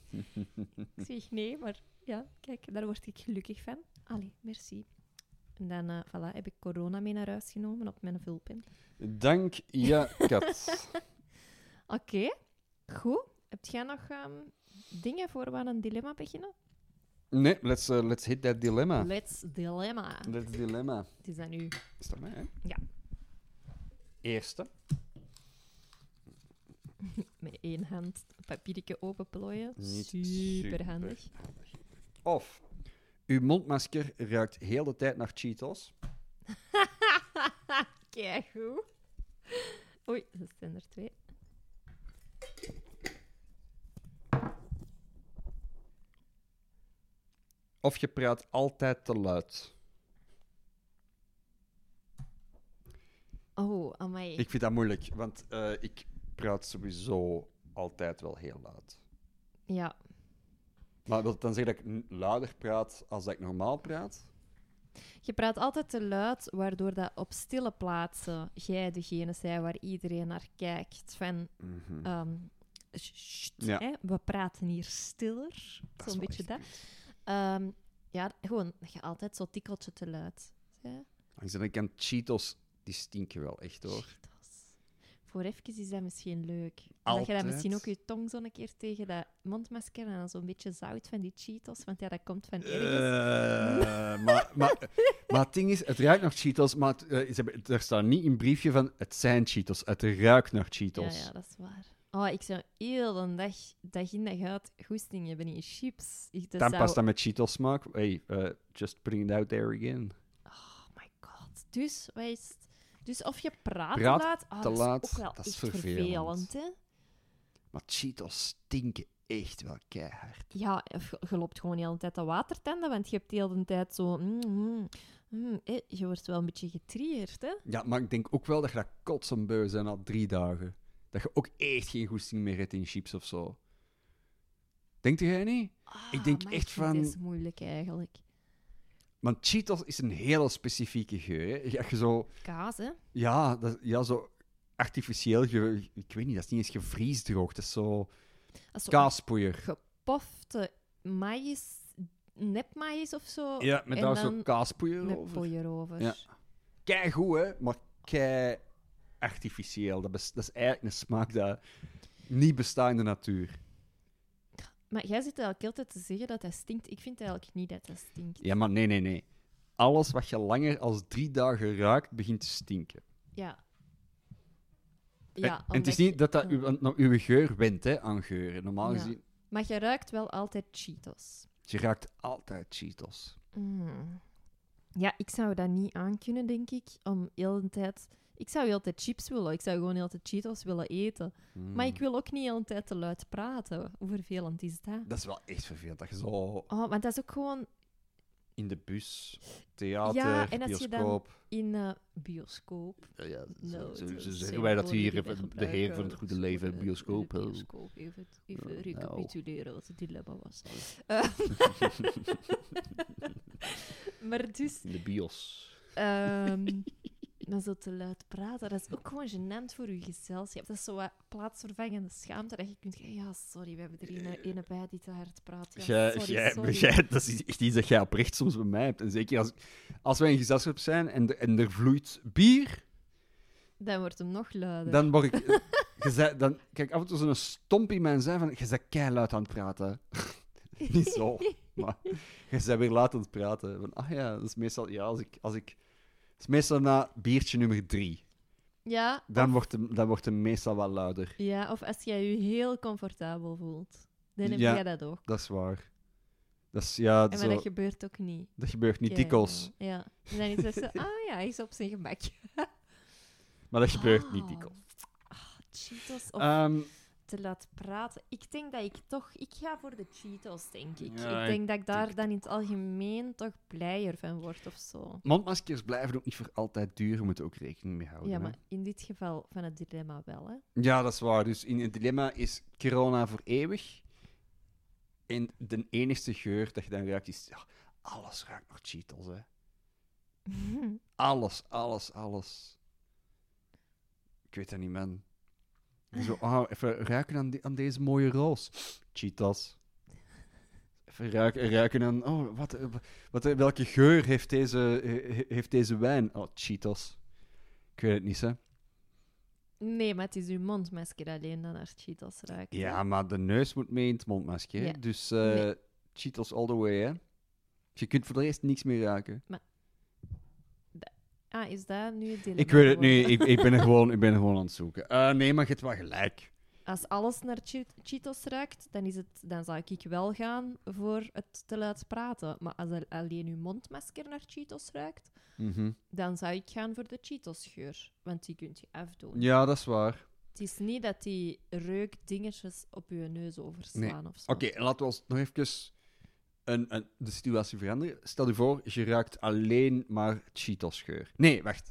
Ik zeg, nee, maar ja, kijk, daar word ik gelukkig van. Allee, merci. En dan eh, voilà, heb ik corona mee naar huis genomen op mijn vulpen. Dank je, kat. Oké, goed. Heb jij nog ehm, dingen voor we aan een dilemma beginnen? Nee, let's, uh, let's hit that dilemma. Let's dilemma. Let's dilemma. Het is aan u. Is dat mij, hè? Ja. Eerste. Met één hand een papiertje openplooien. Niet Super handig. superhandig. Of, uw mondmasker ruikt heel de tijd naar Cheetos. Kijk goed. Oei, dat zijn er twee. Of je praat altijd te luid. Oh, amai. Ik vind dat moeilijk, want uh, ik praat sowieso altijd wel heel luid. Ja. Maar wil het dan zeggen dat ik n- luider praat als dat ik normaal praat? Je praat altijd te luid, waardoor dat op stille plaatsen jij degene zij waar iedereen naar kijkt. Van, Mhm. ehm sst, Ja. hè, we praten hier stiller. Dat is Zo'n wel beetje echt dat. goed. Ehm, ja, gewoon dat je altijd zo tikkeltje te luid. Hè? Langs de andere kant, Cheetos, die stinken wel echt, hoor. Cheetos. Voor even is dat misschien leuk. Dat je Altijd. dan misschien ook je tong zo een keer tegen dat mondmasker en dan zo'n beetje zout van die Cheetos, want ja, dat komt van ergens. Eh, maar, maar, maar het ding is, het ruikt naar Cheetos, maar het, eh, ze hebben- er staat niet in het briefje van het zijn Cheetos. Het ruikt naar Ja, Cheetos. ja, dat is waar. Oh, ik zou heel de dag, dag in dag uit goesting hebben in chips. Ik, dat Dan zou... past dat met Cheetos smaak. Hey, uh, just putting it out there again. Oh my god. Dus, wat is het? Dus of je praat, Praat te laat, oh, te dat laat, is ook wel dat is echt vervelend. vervelend, hè? Maar Cheetos stinken echt wel keihard. Ja, of je, je loopt gewoon de hele tijd te watertanden, want je hebt de hele tijd zo... Mm, mm, mm, eh, je wordt wel een beetje getriggerd, hè? Ja, maar ik denk ook wel dat je dat kotsenbeu zijn al drie dagen. Dat je ook echt geen goesting meer hebt in chips of zo. Denkt jij niet? Ah, Ik denk maar echt vind van- Het is moeilijk, eigenlijk. Want Cheetos is een hele specifieke geur. Hè? Als je zo... Kaas, hè? Ja, dat, ja, zo artificieel... Ge, ik weet niet, dat is niet eens gevriesdroogd. Dat is zo Als zo kaaspoeier. gepofte maïs, nepmaïs of zo. Ja, met en daar dan zo kaaspoeier met over. pooier over. Ja. Kei goed, hè? Maar kei artificieel. Dat, bes- dat is eigenlijk een smaak dat niet bestaat in de natuur. Maar jij zit eigenlijk altijd te zeggen dat hij stinkt. Ik vind eigenlijk niet dat hij stinkt. Ja, maar nee, nee, nee. Alles wat je langer als drie dagen ruikt, begint te stinken. Ja. Ja, en, en het is omdat niet dat dat je- uw, want nou, uw geur went, hè, aan geuren. Normaal Ja. gezien, Maar je ruikt wel altijd Cheetos. je ruikt altijd Cheetos. Mm. Ja, ik zou dat niet aankunnen, denk ik. Om heel de tijd... Ik zou heel altijd chips willen. Ik zou gewoon heel altijd Cheetos willen eten. Mm. Maar ik wil ook niet de hele tijd te luid praten. Hoe vervelend is dat? Dat is wel echt vervelend. Dat je zo Oh, maar dat is ook gewoon in de bus, theater, Ja, en als je dan- bioscoop... in een bioscoop. Ja, ja, No, zo, zo, het zo is zeggen wij dat woorden hier die wij even de gebruiken. heer van het goede leven, Zo, bioscoop. de hè. bioscoop. Even, even Ja, recapituleren wat het dilemma was. Eh, maar dus... In de bios. ehm maar zo te luid praten, dat is ook gewoon gênant voor je gezelschap. Dat is zo wat plaatsvervangende schaamte, dat je kunt zeggen, ja, sorry, we hebben er een, ene bij die te hard praat. Ja, Jij- sorry, jij- sorry. jij- dat is echt iets dat jij oprecht soms bij mij hebt. En zeker als, als wij in gezelschap zijn en, er- en er vloeit bier, Dan wordt hem nog luider. dan word ik... je zei- dan kijk af en toe zo'n stomp in mijn zij van, je bent keiluid aan het praten. Niet zo, maar je bent weer luid aan het praten. Van, ah ja, dat is meestal... Ja, als ik... Als ik dat is meestal na biertje nummer drie. Ja, Dan of, wordt hem, dan wordt hem meestal wel luider. ja, of als jij je heel comfortabel voelt. Dan heb Ja. jij dat ook. Dat is waar. Dat is, ja, En zo, maar dat gebeurt ook niet. dat gebeurt niet Ja, dikwijls. Ja. En dan is het zo, ah ja, hij is op zijn gemak. Maar dat gebeurt niet Oh. dikwijls. Cheetos of Ehm, te laten praten. Ik denk dat ik toch... Ik ga voor de Cheetos, denk ik. Ja, ik denk dat ik daar denk- dan in het algemeen toch blijer van word of zo. mondmaskers blijven ook niet voor altijd duur. We moeten ook rekening mee houden. Ja, hè. maar in dit geval van het dilemma wel, hè. Ja, dat is waar. Dus in het dilemma is corona voor eeuwig. En de enige geur dat je dan ruikt is... Ja, alles ruikt naar Cheetos, hè. Alles, alles, alles. Ik weet dat niet, man. Zo, ah, even ruiken aan, die- aan deze mooie roos. Cheetos. Even ruiken, ruiken aan... Oh, wat, eh, wat, eh, welke geur heeft deze, eh, heeft deze wijn? Oh, Cheetos. Ik weet het niet, hè. Nee, maar het is uw mondmasker alleen dat naar Cheetos ruikt. hè. Ja, maar de neus moet mee in het mondmasker. hè. Ja. Dus eh, Nee. Cheetos all the way, hè. Je kunt voor de rest niks meer ruiken. Ah, is dat nu het dilemma Ik weet het geworden? niet. Ik, ik, ben er gewoon, ik ben er gewoon aan het zoeken. Eh, nee, maar je hebt wel gelijk. Als alles naar Che- Cheetos ruikt, dan, is het, dan zou ik wel gaan voor het te luid praten. Maar als er alleen uw mondmasker naar Cheetos ruikt, Mhm. dan zou ik gaan voor de Cheetos-geur. Want die kunt je afdoen. Ja, dat is waar. Het is niet dat die reukdingetjes op je neus overslaan of zo. Oké, laten we ons nog even een, een, de situatie veranderen. Stel je voor, je ruikt alleen maar Cheetos-geur. Nee, wacht.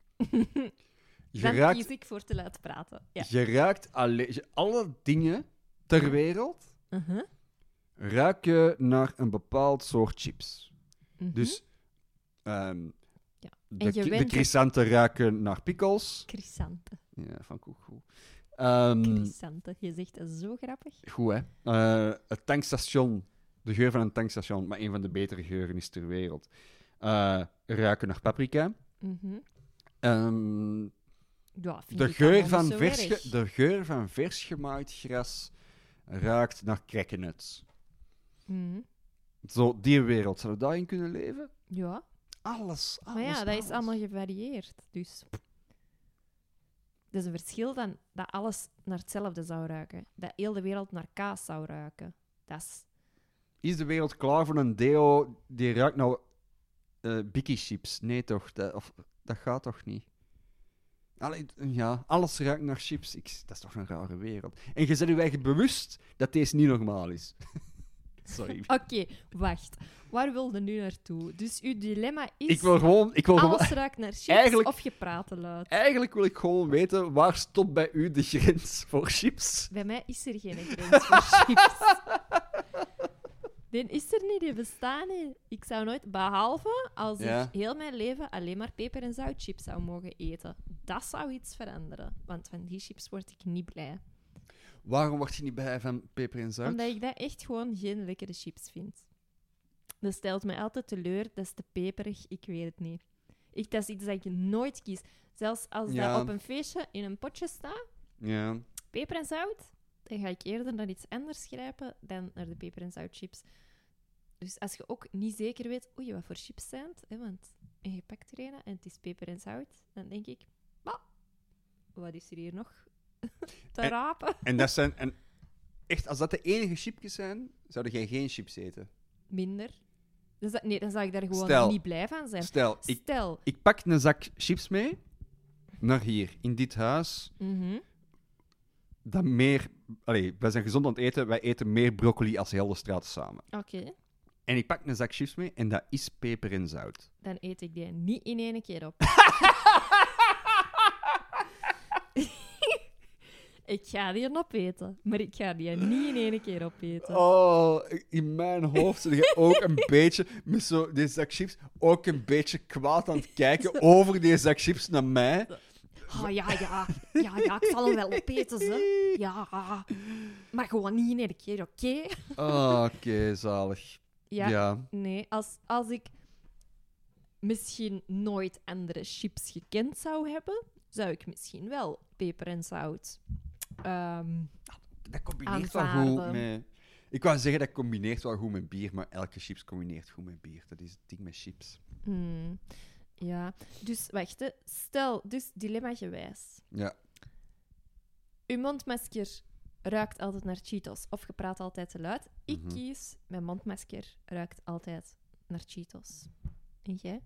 Je Dan ruikt, kies ik voor te luid praten. Ja. je ruikt alleen... je- alle dingen ter wereld Uh-huh. ruiken naar een bepaald soort chips. Mhm. Dus ehm, Ja. de, je ki- de went op- chrysanten ruiken naar pickles. Chrysanten. Ja, van ook goed. Ehm, Chrysanten. Je zegt dat zo grappig. goed, hè. Eh, het tankstation, de geur van een tankstation, maar een van de betere geuren is ter wereld. Eh, ruiken naar paprika. Mhm. Ehm, Ja, vind de, ik geur allemaal van niet zo vers erg. ge- de geur van vers gemaaid gras ruikt naar crackennuts. Mhm. Zo, die wereld. Zou je daarin kunnen leven? Ja, Alles, alles, maar ja, dat is alles. allemaal gevarieerd. Dus dat is een verschil dan dat alles naar hetzelfde zou ruiken. Dat heel de wereld naar kaas zou ruiken. Dat is... Is de wereld klaar voor een deo die ruikt nou eh Bikkie chips? Nee toch, dat, of, dat gaat toch niet? Allee, ja, alles ruikt naar chips. Ik, dat is toch een rare wereld. En je bent je eigen bewust dat deze niet normaal is. Sorry. Oké, wacht. Waar wilde nu naartoe? Dus uw dilemma is... Ik wil gewoon... Ik wil gewoon alles ruikt naar chips Eigenlijk- of je praat te luid. eigenlijk wil ik gewoon weten, waar stopt bij u de grens voor chips? Bij mij is er geen grens voor chips. Die is er niet, die bestaan niet. Ik zou nooit, behalve als Ja. ik heel mijn leven alleen maar peper- en zoutchips zou mogen eten. Dat zou iets veranderen. Want van die chips word ik niet blij. Waarom word je niet bij van peper en zout? Omdat ik dat echt gewoon geen lekkere chips vind. Dat stelt me altijd teleur, dat is te peperig, ik weet het niet. Ik, dat is iets dat ik nooit kies. Zelfs als Ja. dat op een feestje in een potje staat, Ja. peper en zout, dan ga ik eerder naar iets anders grijpen dan naar de peper- en zoutchips. Dus als je ook niet zeker weet, oei, wat voor chips zijn het? Hè, want en je pakt er een en het is peper en zout, dan denk ik, bah, wat is er hier nog te En- rapen? En dat zijn... En echt, als dat de enige chipjes zijn, zou jij geen chips eten. Minder. Dus dat, nee, dan zou ik daar gewoon Stel. niet blij van zijn. Stel, ik, Stel, ik pak een zak chips mee naar hier, in dit huis, Mhm. dat meer... Allee, wij zijn gezond aan het eten, wij eten meer broccoli als heel de straat samen. Oké, En ik pak een zak chips mee en dat is peper en zout. dan eet ik die niet in één keer op. Ik ga die opeten, maar ik ga die niet in één keer opeten. Oh, in mijn hoofd zit je ook een beetje met zo die zak chips, ook een beetje kwaad aan het kijken over die zak chips naar mij. Oh ja, ja, ja, ja, ik zal hem wel opeten, ze. Ja, maar gewoon niet in één keer, oké? Oh, oké, zalig. Ja, Ja. nee, als, als ik misschien nooit andere chips gekend zou hebben, zou ik misschien wel peper en zout ehm, Dat combineert wel aanvaarden. goed met... Ik wou zeggen, dat combineert wel goed met bier, maar elke chips combineert goed met bier. Dat is het ding met chips. Hmm, ja, dus wacht, hè. Stel, dus dilemma gewijs. Ja. Uw mondmasker ruikt altijd naar Cheetos of je praat altijd te luid. Ik Mhm. kies, mijn mondmasker ruikt altijd naar Cheetos. En jij?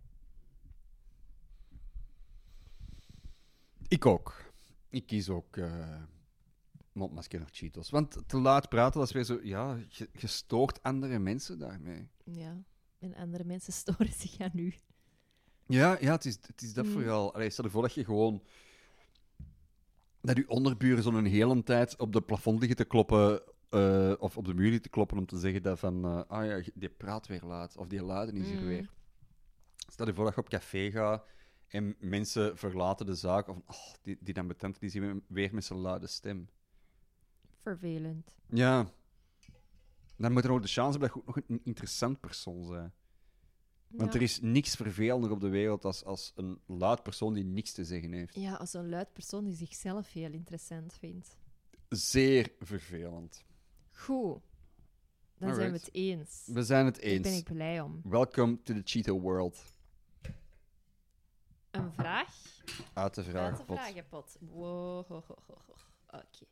Ik ook. Ik kies ook eh mondmasker naar Cheetos. Want te luid praten, dat is weer zo... Ja, je, je stoort andere mensen daarmee. Ja, en andere mensen storen zich aan u. Ja, ja het, is, het is dat Mm. vooral. Allee, stel je voor dat je gewoon... Dat je onderburen zo'n hele tijd op de plafond liggen te kloppen... eh, of op de muur liggen te kloppen om te zeggen dat van... eh, ah ja, die praat weer luid. Of die luiden is hier Mm. weer. Stel je voor dat je op café gaat en mensen verlaten de zaak. Of oh, die, die dan betent, die zien weer met zijn luide stem. Vervelend. Ja. Dan moet er ook de chance hebben dat je ook nog een interessant persoon bent. Want ja. er is niks vervelender op de wereld als, als een luid persoon die niks te zeggen heeft. Ja, als een luid persoon die zichzelf heel interessant vindt. Zeer vervelend. Goed. Dan zijn we Alright. het eens. We zijn het Daar eens. ben ik blij om. Welcome to the Cheeto World. Een vraag? Uit de Uit de vragenpot. vragenpot. Wow. ho, ho, ho, ho. Oké.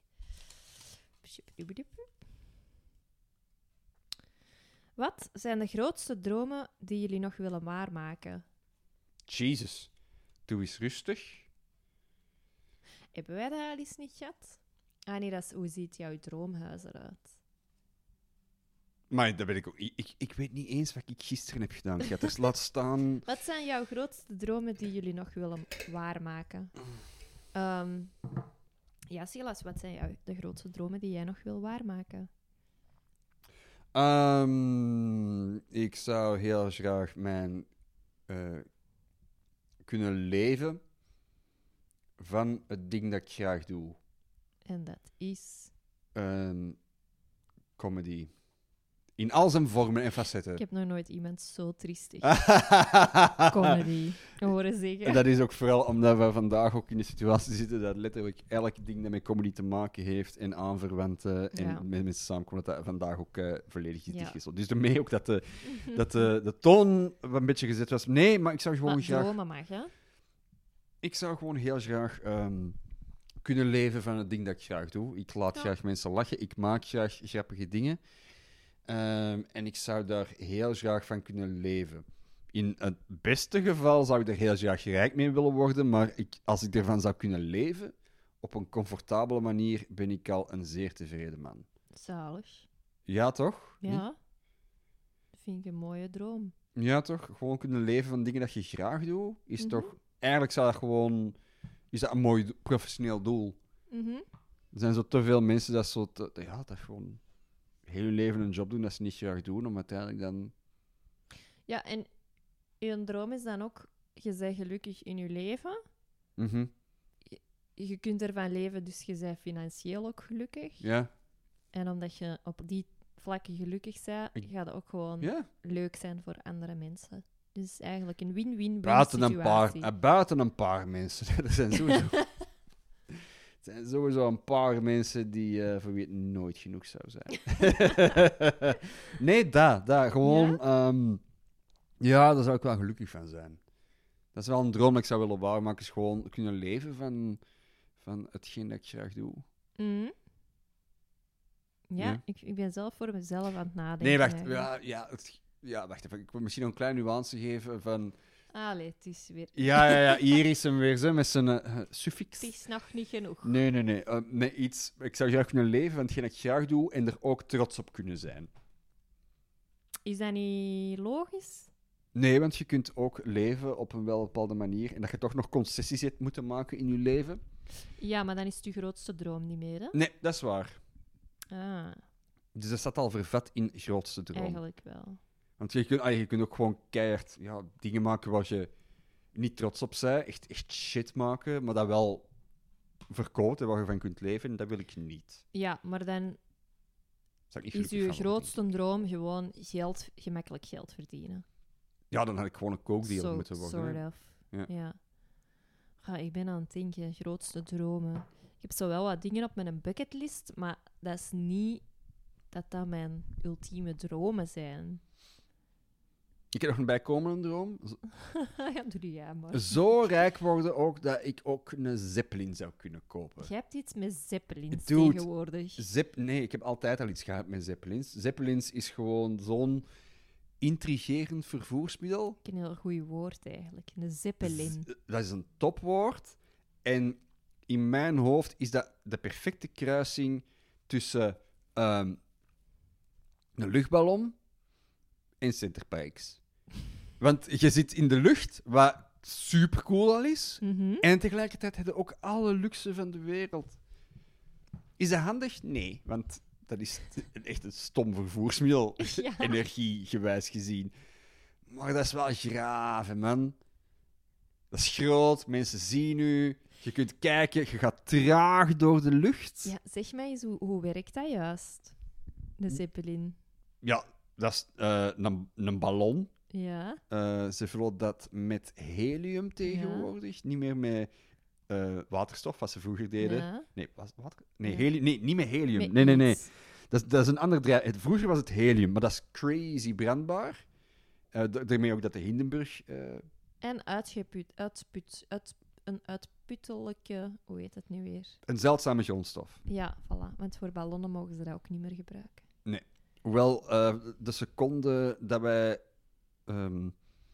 Wat zijn de grootste dromen die jullie nog willen waarmaken? Jesus. Doe eens rustig. Hebben wij dat al eens niet gehad? Ah nee, dat is hoe ziet jouw droomhuis eruit? Maar dat weet ik ook. Ik, ik, ik weet niet eens wat ik gisteren heb gedaan. Ik had dus laat staan... Wat zijn jouw grootste dromen die jullie nog willen waarmaken? Ehm, ja, Silas, wat zijn jouw, de grootste dromen die jij nog wil waarmaken? Ehm, ik zou heel graag mijn... eh, kunnen leven van het ding dat ik graag doe. En dat is... Ehm, comedy. In al zijn vormen en facetten. Ik heb nog nooit iemand zo triestig comedy horen zeggen. En dat is ook vooral omdat we vandaag ook in de situatie zitten dat letterlijk elk ding dat met comedy te maken heeft en aanverwanten en Ja. met mensen samenkomen, dat dat vandaag ook eh, volledig is Ja. dichtgezond. Dus daarmee ook dat de, dat de, de toon een beetje gezet was. Nee, maar ik zou gewoon Maar graag... dromen mag, hè? Ik zou gewoon heel graag ehm, kunnen leven van het ding dat ik graag doe. Ik laat Ja. graag mensen lachen. Ik maak graag grappige dingen. Ehm, en ik zou daar heel graag van kunnen leven. In het beste geval zou ik er heel graag rijk mee willen worden, maar ik, als ik ervan zou kunnen leven, op een comfortabele manier, ben ik al een zeer tevreden man. Zalig. Ja, toch? Ja. Dat vind ik een mooie droom. Ja, toch? Gewoon kunnen leven van dingen dat je graag doet, is Mhm. toch... Eigenlijk zou dat gewoon... Is dat een mooi do- professioneel doel. Mhm. Er zijn zo te veel mensen dat zo... Te, ja, dat gewoon heel hun leven een job doen dat ze niet graag doen, om uiteindelijk dan... Ja, en je droom is dan ook... Je bent gelukkig in je leven. Mhm. Je kunt ervan leven, dus je bent financieel ook gelukkig. Ja. En omdat je op die vlakken gelukkig bent, Ik- gaat het ook gewoon Ja. leuk zijn voor andere mensen. Dus eigenlijk een win-win-win Buiten een, situatie. paar, eh, buiten een paar mensen. Er zijn sowieso... Er zijn sowieso een paar mensen die, eh, voor wie het nooit genoeg zou zijn. Nee, daar. daar gewoon... Ja? ja, daar zou ik wel gelukkig van zijn. Dat is wel een droom dat ik zou willen waarmaken. Is gewoon kunnen leven van, van hetgeen dat ik graag doe. Mhm. Ja, Ja. Ik, ik ben zelf voor mezelf aan het nadenken. Nee, wacht. eigenlijk. Ja, ja, het, ja, wacht even. Ik wil misschien nog een kleine nuance geven van... Allee, het is weer... Ja, ja, ja, hier is hem weer zo, met zijn uh, suffix. Het is nog niet genoeg. Nee, nee, nee. Uh, met iets... Ik zou graag kunnen leven van hetgeen ik graag doe en er ook trots op kunnen zijn. Is dat niet logisch? Nee, want je kunt ook leven op een wel bepaalde manier en dat je toch nog concessies hebt moeten maken in je leven. Ja, maar dan is het je grootste droom niet meer, hè? Nee, dat is waar. Ah, Dus dat staat al vervat in grootste droom. eigenlijk wel. Want je kunt, ah, je kunt ook gewoon keihard ja, dingen maken waar je niet trots op bent. Echt, echt shit maken, maar dat wel verkoopt en waar je van kunt leven. En dat wil ik niet. Ja, maar dan Zou ik niet is gelukkig je van worden, grootste droom gewoon geld, gemakkelijk geld verdienen. denk ik. Ja, dan had ik gewoon een kookdealer So- moeten worden. Sort hè. of. Ja. Ja. Ah, ik ben aan het denken, grootste dromen. Ik heb zo wel wat dingen op mijn bucketlist, maar dat is niet dat dat mijn ultieme dromen zijn. Ik heb nog een bijkomende droom. Z- Ja, doe jij maar. Zo rijk worden ook dat ik ook een Zeppelin zou kunnen kopen. Je hebt iets met zeppelins Dude. tegenwoordig. Zep nee, ik heb altijd al iets gehad met Zeppelins. Zeppelins is gewoon zo'n intrigerend vervoersmiddel. Ik ken een heel goed woord eigenlijk. Een zeppelin. Z- Dat is een topwoord. En in mijn hoofd is dat de perfecte kruising tussen ehm, een luchtballon en Centerparks. Want je zit in de lucht, wat super cool al is. Mhm. En tegelijkertijd heb je ook alle luxe van de wereld. Is dat handig? Nee, want dat is t- echt een stom vervoersmiddel, Ja. energiegewijs gezien. Maar dat is wel graaf, hè, man. Dat is groot, mensen zien u. Je kunt kijken, je gaat traag door de lucht. Ja, zeg mij eens, hoe, hoe werkt dat juist? De zeppelin. Ja, dat is eh, een, een ballon. Ja. Eh, ze vullen dat met helium tegenwoordig. Niet meer met eh, waterstof, wat ze vroeger deden. Ja. Nee, was, wat? nee, Ja. heli- nee, niet met helium. Met nee, nee, nee. iets. Dat is, dat is een ander draai. het- Vroeger was het helium, maar dat is crazy brandbaar. Eh, d- daarmee ook dat de Hindenburg... eh, En uitgeput, uitput, uit, een uitputtelijke... Hoe heet het nu weer? een zeldzame grondstof. Ja, voilà. Want voor ballonnen mogen ze dat ook niet meer gebruiken. Hoewel, eh, de seconde dat wij... ehm,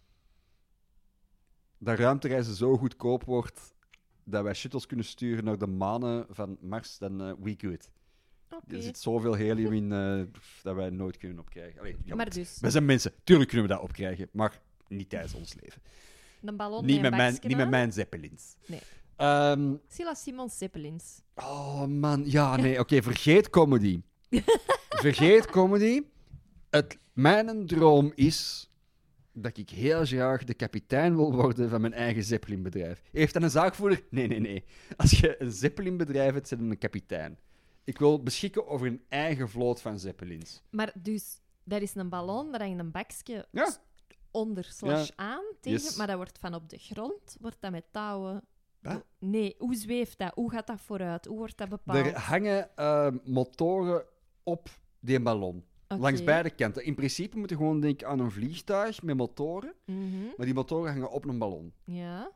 dat ruimtereizen zo goedkoop wordt dat wij shuttles kunnen sturen naar de manen van Mars, dan eh we good. Oké. Er zit zoveel helium in eh, pff, dat wij nooit kunnen opkrijgen. Allee, ja, Maar dus, wij zijn mensen. Tuurlijk kunnen we dat opkrijgen, maar niet tijdens ons leven. een ballon Niet met met, een mijn, bakje niet met aan. mijn zeppelins. Nee. Ehm, Silla Simons zeppelins. oh man, ja, nee, oké, vergeet comedy. Vergeet comedy. Het, mijn droom is dat ik heel graag de kapitein wil worden van mijn eigen zeppelinbedrijf. Heeft dat een zaakvoerder? Nee, nee, nee. Als je een zeppelinbedrijf hebt, zit je een kapitein. Ik wil beschikken over een eigen vloot van zeppelins. Maar dus, daar is een ballon, daar hangt een bakje Ja. s- onder slash Ja. aan, tegen, Yes. maar dat wordt van op de grond, wordt dat met touwen... Wat? Nee, hoe zweeft dat? Hoe gaat dat vooruit? Hoe wordt dat bepaald? Er hangen eh, motoren op die ballon. Oké. Langs beide kanten. In principe moet je gewoon denken aan een vliegtuig met motoren, Mhm. maar die motoren hangen op een ballon. Ja.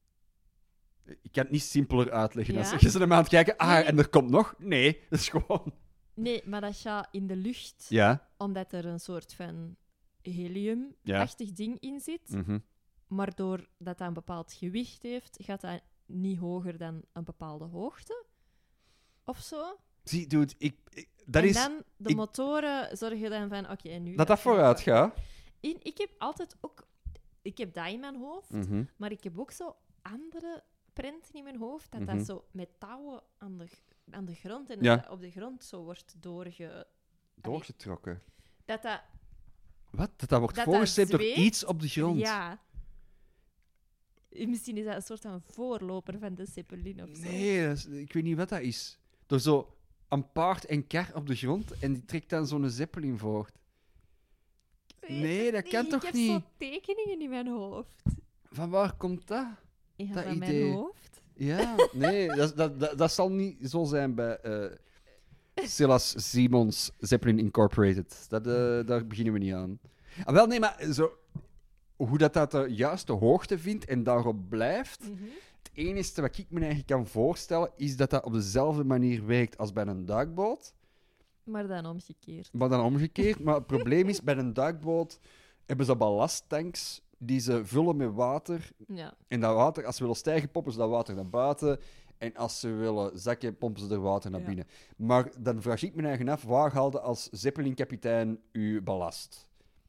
Ik kan het niet simpeler uitleggen. Ja? Als je ze er maar aan het kijken, ah, Nee. en er komt nog. Nee, dat is gewoon... Nee, maar dat gaat in de lucht, Ja. omdat er een soort van helium-achtig ding in zit. Mhm. Maar doordat dat een bepaald gewicht heeft, gaat dat niet hoger dan een bepaalde hoogte. Of zo. Zie, dude, ik, ik- dat en is... dan, de ik- motoren zorgen dan van, oké, nu... Dat dat vooruit gaat. In, ik heb altijd ook... Ik heb dat in mijn hoofd, Mhm. maar ik heb ook zo andere prenten in mijn hoofd, dat Mhm. dat zo met touwen aan de, aan de grond en Ja. dat dat op de grond zo wordt doorge... Doorgetrokken. Dat dat... Wat? Dat dat wordt Dat dat voorgestept door zweeft? iets op de grond? Ja. Misschien is dat een soort van voorloper van de Zeppelin of zo. Nee, dat is- ik weet niet wat dat is. Door zo een paard en kar op de grond en die trekt dan zo'n zeppelin voort. Ik weet Nee, het dat kan niet. toch Ik heb niet? zo tekeningen in mijn hoofd. Van waar komt dat? Ja, Dat van idee. mijn hoofd. Ja, nee, dat, dat, dat, dat zal niet zo zijn bij eh Silas Simons Zeppelin Incorporated. Dat, eh, daar beginnen we niet aan. Ah, wel, nee, maar zo, hoe dat, dat de juiste hoogte vindt en daarop blijft. Mhm. Het enige wat ik me eigenlijk kan voorstellen, is dat dat op dezelfde manier werkt als bij een duikboot. Maar dan omgekeerd. Maar dan omgekeerd. Maar het probleem is, bij een duikboot hebben ze ballasttanks die ze vullen met water. Ja. En dat water, als ze willen stijgen, pompen ze dat water naar buiten. En als ze willen zakken, pompen ze er water naar Ja. binnen. Maar dan vraag ik me eigen af, waar haalde als Zeppelin-kapitein uw ballast?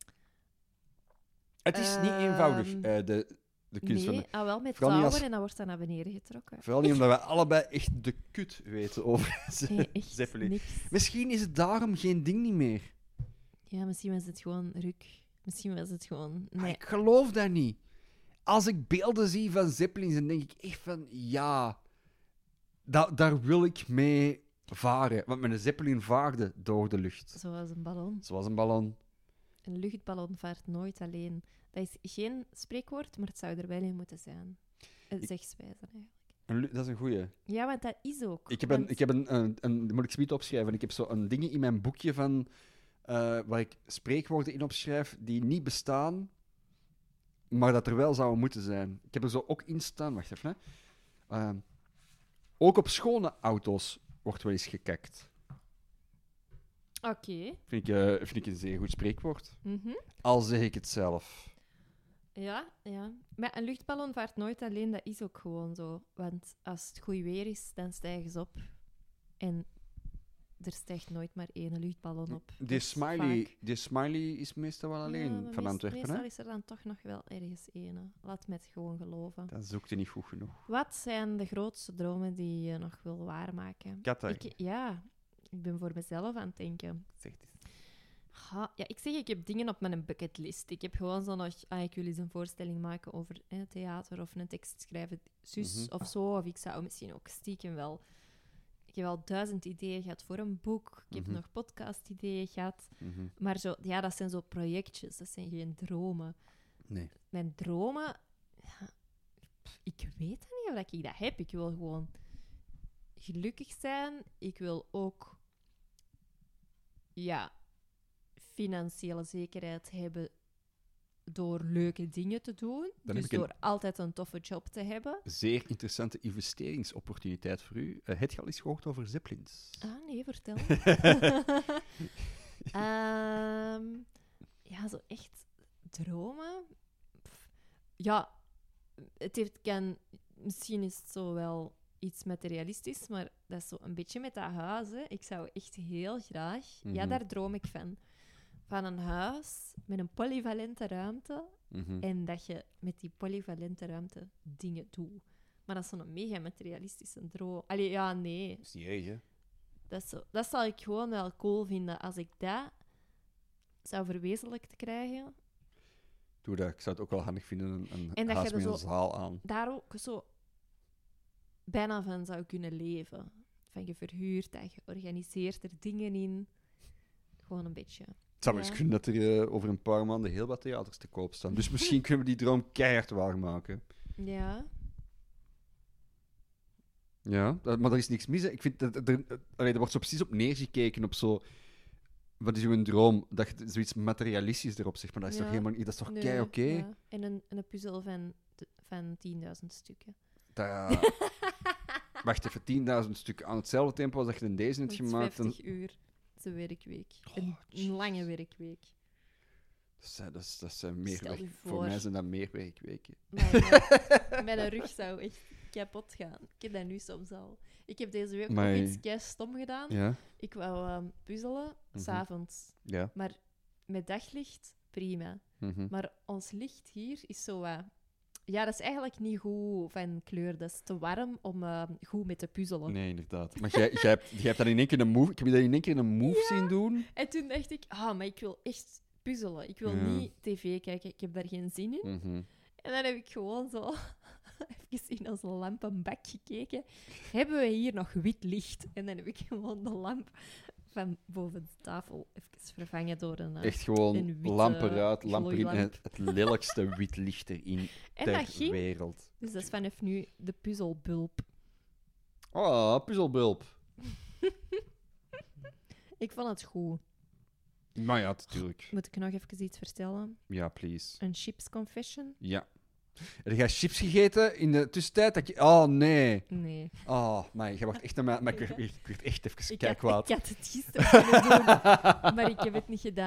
Het is niet Ehm, eenvoudig, eh, de, de kunst van Nee, de... ah, wel met Vooral niet touwen als- en dan wordt dat naar beneden getrokken. Vooral niet omdat wij allebei echt de kut weten over Nee, echt Zeppelin. niks. Misschien is het daarom geen ding niet meer. Ja, misschien was het gewoon ruk. Misschien was het gewoon... Maar Nee. ik geloof dat niet. Als ik beelden zie van Zeppelins, dan denk ik echt van, ja, da- daar wil ik mee varen. Want mijn Zeppelin vaarde door de lucht. Zoals een ballon. Zoals een ballon. Een luchtballon vaart nooit alleen. Dat is geen spreekwoord, maar het zou er wel in moeten zijn. Een Ik- zegswijze eigenlijk. Een lu- dat is een goeie. Ja, want dat is ook. Ik heb een, want- ik heb een, een, een, moet ik zoiets opschrijven. Ik heb zo een ding in mijn boekje van, eh, waar ik spreekwoorden in opschrijf die niet bestaan, maar dat er wel zouden moeten zijn. Ik heb er zo ook in staan. Wacht even. Hè. Ehm, ook op schone auto's wordt wel eens gekakt. Oké. Vind ik, eh, vind ik een zeer goed spreekwoord. Mhm. Al zeg ik het zelf. Ja, ja. Maar een luchtballon vaart nooit alleen, dat is ook gewoon zo. Want als het goed weer is, dan stijgen ze op. En er stijgt nooit maar één luchtballon op. Die Dat is smiley, vaak- die smiley is meestal wel alleen Ja, maar van meest- Antwerpen. Meestal Hè? is er dan toch nog wel ergens één. hè. Laat me het gewoon geloven. Dat zoekt je niet goed genoeg. Wat zijn de grootste dromen die je nog wil waarmaken? Qatar. Ik, ja, ik ben voor mezelf aan het denken. Zeg het eens. Ha, ja, ik zeg, ik heb dingen op mijn bucketlist. Ik heb gewoon zo nog... Ah, ik wil eens een voorstelling maken over eh, theater of een tekst schrijven, zus Mhm. of zo. Of ik zou misschien ook stiekem wel... Ik heb al duizend ideeën gehad voor een boek. Ik heb Mhm. nog podcast-ideeën gehad. Mhm. Maar zo, ja, dat zijn zo projectjes. Dat zijn geen dromen. Nee. Mijn dromen... ja, pff, ik weet niet of ik dat heb. Ik wil gewoon gelukkig zijn. Ik wil ook... Ja... financiële zekerheid hebben door leuke dingen te doen. Dan dus heb ik een- door altijd een toffe job te hebben. Zeer interessante investeringsopportuniteit voor u. Uh, het je al eens gehoord over Zeppelins? Ah, nee, vertel. Ehm, ja, zo echt dromen. Pff, ja, het heeft, kan, misschien is het zo wel iets materialistisch, maar dat is zo een beetje met dat huis. Hè. Ik zou echt heel graag... Ja, Mhm. daar droom ik van. Van een huis met een polyvalente ruimte. Mhm. En dat je met die polyvalente ruimte dingen doet. Maar dat is zo'n mega materialistische droom. Allee, ja, nee. Dat is niet erg, hè? Dat, is zo, dat zou ik gewoon wel cool vinden. Als ik dat zou verwezenlijkt krijgen. Doe dat. Ik zou het ook wel handig vinden, een, een En dat huis je er met een zo- zaal aan. Daar ook zo bijna van zou kunnen leven. Van je verhuurt dat, je organiseert er dingen in. Gewoon een beetje. Het zou wel Ja. eens kunnen dat er eh, over een paar maanden heel wat theaters te koop staan. Dus misschien kunnen we die droom keihard waarmaken. Ja. Ja, dat- maar er is niks mis. Hè. Ik vind dat er, er, allee, er wordt zo precies op neergekeken op zo. Wat is uw droom? Dat je zoiets materialistisch erop zegt, maar dat is Ja. toch helemaal niet. Dat is toch Nee, kei oké? ja. En een, een puzzel van, t- van tienduizend stukken. Dat- Wacht even, tienduizend stukken aan hetzelfde tempo als dat je in deze hebt Dat is gemaakt. Dan... vijftig uur. Dat is een werkweek. Oh, een, een lange werkweek. Dat zijn, dat is, dat zijn meer Stel werk- je voor voor. mij zijn dat meer werkweken. Mijn, mijn rug zou echt kapot gaan. Ik heb dat nu soms al. Ik heb deze week Maar- ook iets kei stom gedaan. Ja, Ik wou ehm, puzzelen, Mhm. s'avonds. ja. Maar met daglicht, prima. mhm. Maar ons licht hier is zo wat... Ja, dat is eigenlijk niet goed van kleur. Dat is te warm om ehm, goed mee te puzzelen. Nee, inderdaad. Maar jij, jij, hebt, jij hebt dat in één keer een move. Ik heb je dat in één keer een move zien doen. En toen dacht ik, ah, maar ik wil echt puzzelen. Ik wil Ja. niet tv kijken. Ik heb daar geen zin in. Mhm. En dan heb ik gewoon zo even in onze lampenbak gekeken. Hebben we hier nog wit licht? En dan heb ik gewoon de lamp van boven de tafel even vervangen door een... eh, Echt gewoon een witte lampen eruit, lampen in. glooilamp. Het, het lelijkste wit licht erin en ter dat ging. wereld. Dus dat is vanaf nu de puzzelbulp. Oh, puzzelbulp. Ik vond het goed. Maar ja, natuurlijk. Moet ik nog even iets vertellen? Ja, please. Een chips confession? Ja. Heb jij chips gegeten in de tussentijd? Dat je... Oh, nee. Nee. Oh, maar je wordt echt naar mij... Maar ik, werd- ik werd echt even Ik had, kijkwaad. ik had het gisteren kunnen doen, maar ik heb het niet gedaan.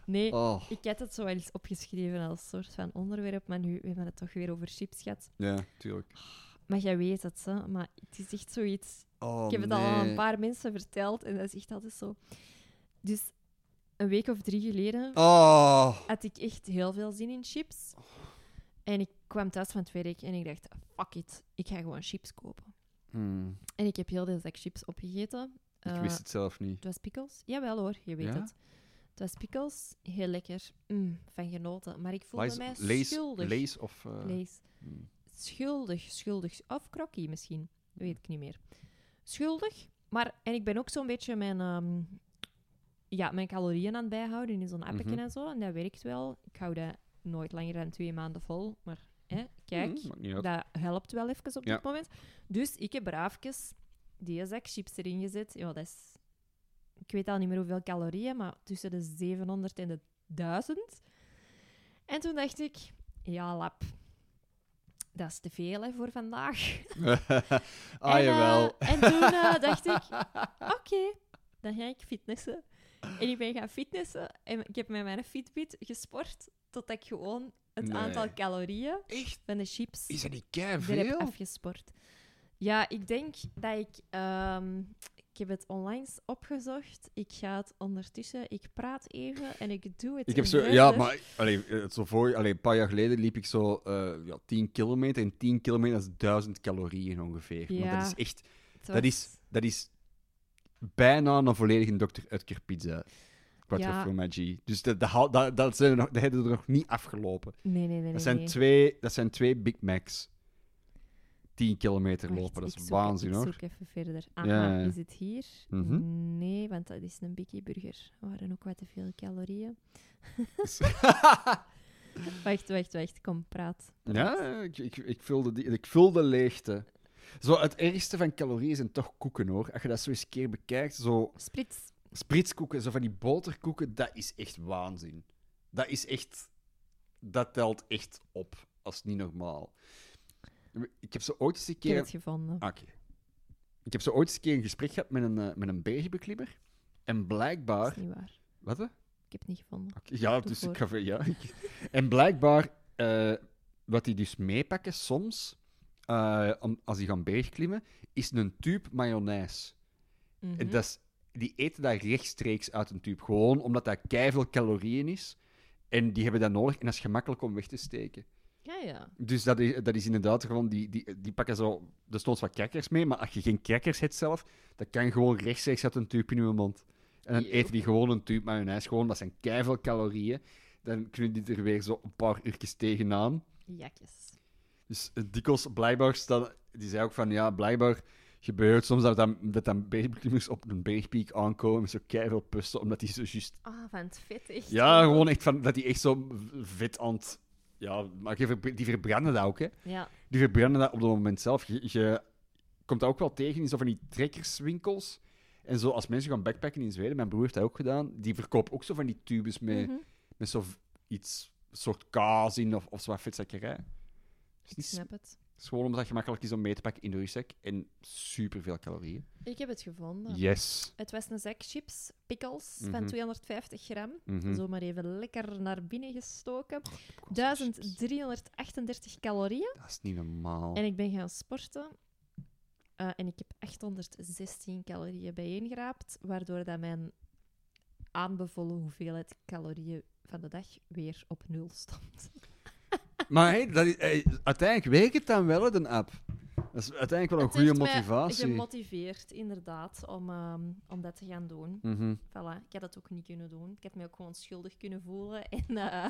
Nee, Oh. ik had het zo wel eens opgeschreven als soort van onderwerp, maar nu hebben we het toch weer over chips gehad. Ja, tuurlijk. Maar jij weet het, hè? Maar het is echt zoiets... Oh, ik heb het nee. al aan een paar mensen verteld en dat is echt altijd zo. Dus een week of drie geleden Oh. had ik echt heel veel zin in chips. En ik kwam thuis van het werk en ik dacht, fuck it, ik ga gewoon chips kopen. Hmm. En ik heb heel de zak chips opgegeten. Ik Eh, wist het zelf niet. Het was pickles. Jawel hoor, je weet Ja? het. Het was pickles, heel lekker. Mm, van genoten. Maar ik voelde Wat mij is Lays, schuldig. Lays of... eh, Lays. hmm. Schuldig, schuldig. Of krokkie misschien. Weet ik niet meer. Schuldig. Maar, en ik ben ook zo'n beetje mijn, ehm, ja, mijn calorieën aan het bijhouden in zo'n appje Mhm. en zo. En dat werkt wel. Ik hou dat nooit langer dan twee maanden vol. Maar hè, kijk, Hmm, maakt niet uit. dat helpt wel even op Ja. dit moment. Dus ik heb braafjes die zak chips erin gezet. Ja, dat is... Ik weet al niet meer hoeveel calorieën, maar tussen de zevenhonderd en de duizend. En toen dacht ik, ja, lap. Dat is te veel hè, voor vandaag. ah, en, jawel. eh, en toen eh, dacht ik, oké, dan ga ik fitnessen. En ik ben gaan fitnessen en ik heb met mijn Fitbit gesport totdat ik gewoon het Nee. aantal calorieën Echt? van de chips Is dat niet kei er heb veel? afgesport. Ja, ik denk dat ik... ehm, ik heb het online opgezocht. Ik ga het ondertussen... Ik praat even en ik doe het Ik heb zo, verder. ja, maar allee, eh, zo voor, allee, een paar jaar geleden liep ik zo eh, ja, tien kilometer. En tien kilometer is duizend calorieën ongeveer. Maar Ja. dat is echt... Het Dat was- is, dat is bijna een volledige dokter Utker pizza. Quattro Ja. formaggi. Dus dat, dat, haal- dat, dat, zijn er nog, dat hebben er nog niet afgelopen. Nee, nee, nee. nee, Dat zijn, nee. twee, dat zijn twee Big Macs. tien kilometer Wacht, lopen, dat ik is zoek- waanzin ik hoor. zoek even verder. Aha, Ja, ja. is het hier? Mhm. Nee, want dat is een Biggie Burger. Er waren ook wat te veel calorieën. Wacht, wacht, wacht. Kom, praat. praat. Ja, ik, ik, ik, vulde die, ik vulde leegte. Zo, het ergste van calorieën zijn toch koeken, hoor. Als je dat zo eens een keer bekijkt, zo Sprits. spritskoeken, zo van die boterkoeken, dat is echt waanzin. Dat is echt... Dat telt echt op, als niet normaal. Ik heb zo ooit eens een Ik heb keer... het gevonden. Ah, Oké. Ik heb zo ooit eens een keer een gesprek gehad met een, eh, met een bergbeklimmer. En Dat blijkbaar... is niet waar. Wat? hè? Ik heb het niet gevonden. Oké, ja, Doe dus voor. ik ga... ver- Ja. En blijkbaar, eh, wat die dus meepakken soms, eh, om, als die gaan bergklimmen, is een tube mayonaise. Mhm. En dat is, die eten dat rechtstreeks uit een tube. Gewoon omdat dat keiveel calorieën is. En die hebben dat nodig en dat is gemakkelijk om weg te steken. Ja, ja. Dus dat is, dat is inderdaad gewoon... Die, die, die pakken zo... Er stond wat crackers mee, maar als je geen crackers hebt zelf, dat kan gewoon rechtstreeks uit een tube in je mond. En dan Eeuw. eten die gewoon een tube mayonaise. Gewoon, dat zijn keiveel calorieën. Dan kunnen die er weer zo een paar uurtjes tegenaan. Jakjes. Dus uh, dikwijls, blijkbaar, staan, die zei ook van, ja, blijkbaar gebeurt soms dat dan, dat dan bergbeklimmers op een bergpiek aankomen met zo keiveel pusten, omdat die zo juist... Ah, van het vet echt. Ja, gewoon echt van, dat die echt zo vet aan het... Ja, maar die ver- die verbranden dat ook, hè. Ja. Die verbranden dat op het moment zelf. Je, je komt dat ook wel tegen in zo van die trekkerswinkels. En zo, als mensen gaan backpacken in Zweden, mijn broer heeft dat ook gedaan, die verkoopt ook zo van die tubes met, Mhm. met zo v- iets, een soort kaas in of, of zo wat vetzakkerij. Het is, Ik niet, snap het. het is gewoon omdat het gemakkelijk is om mee te pakken in de rugzak en superveel calorieën. Ik heb het gevonden. Yes. Het was een zak chips, pickles, Mhm. van tweehonderdvijftig gram. Mhm. Zo maar even lekker naar binnen gestoken. Ik heb ook wel zo'n chips. duizend driehonderdachtendertig calorieën. Dat is niet normaal. En ik ben gaan sporten. Eh, en ik heb achthonderdzestien calorieën bijeengeraapt, waardoor dat mijn aanbevolen hoeveelheid calorieën van de dag weer op nul stond. Maar hey, dat is, hey, uiteindelijk werkt het dan wel, hè, de app. Dat is uiteindelijk wel een Het goede heeft mij motivatie. gemotiveerd, inderdaad, om, ehm, om dat te gaan doen. Mhm. Voilà, ik had dat ook niet kunnen doen. Ik had me ook gewoon schuldig kunnen voelen en, eh,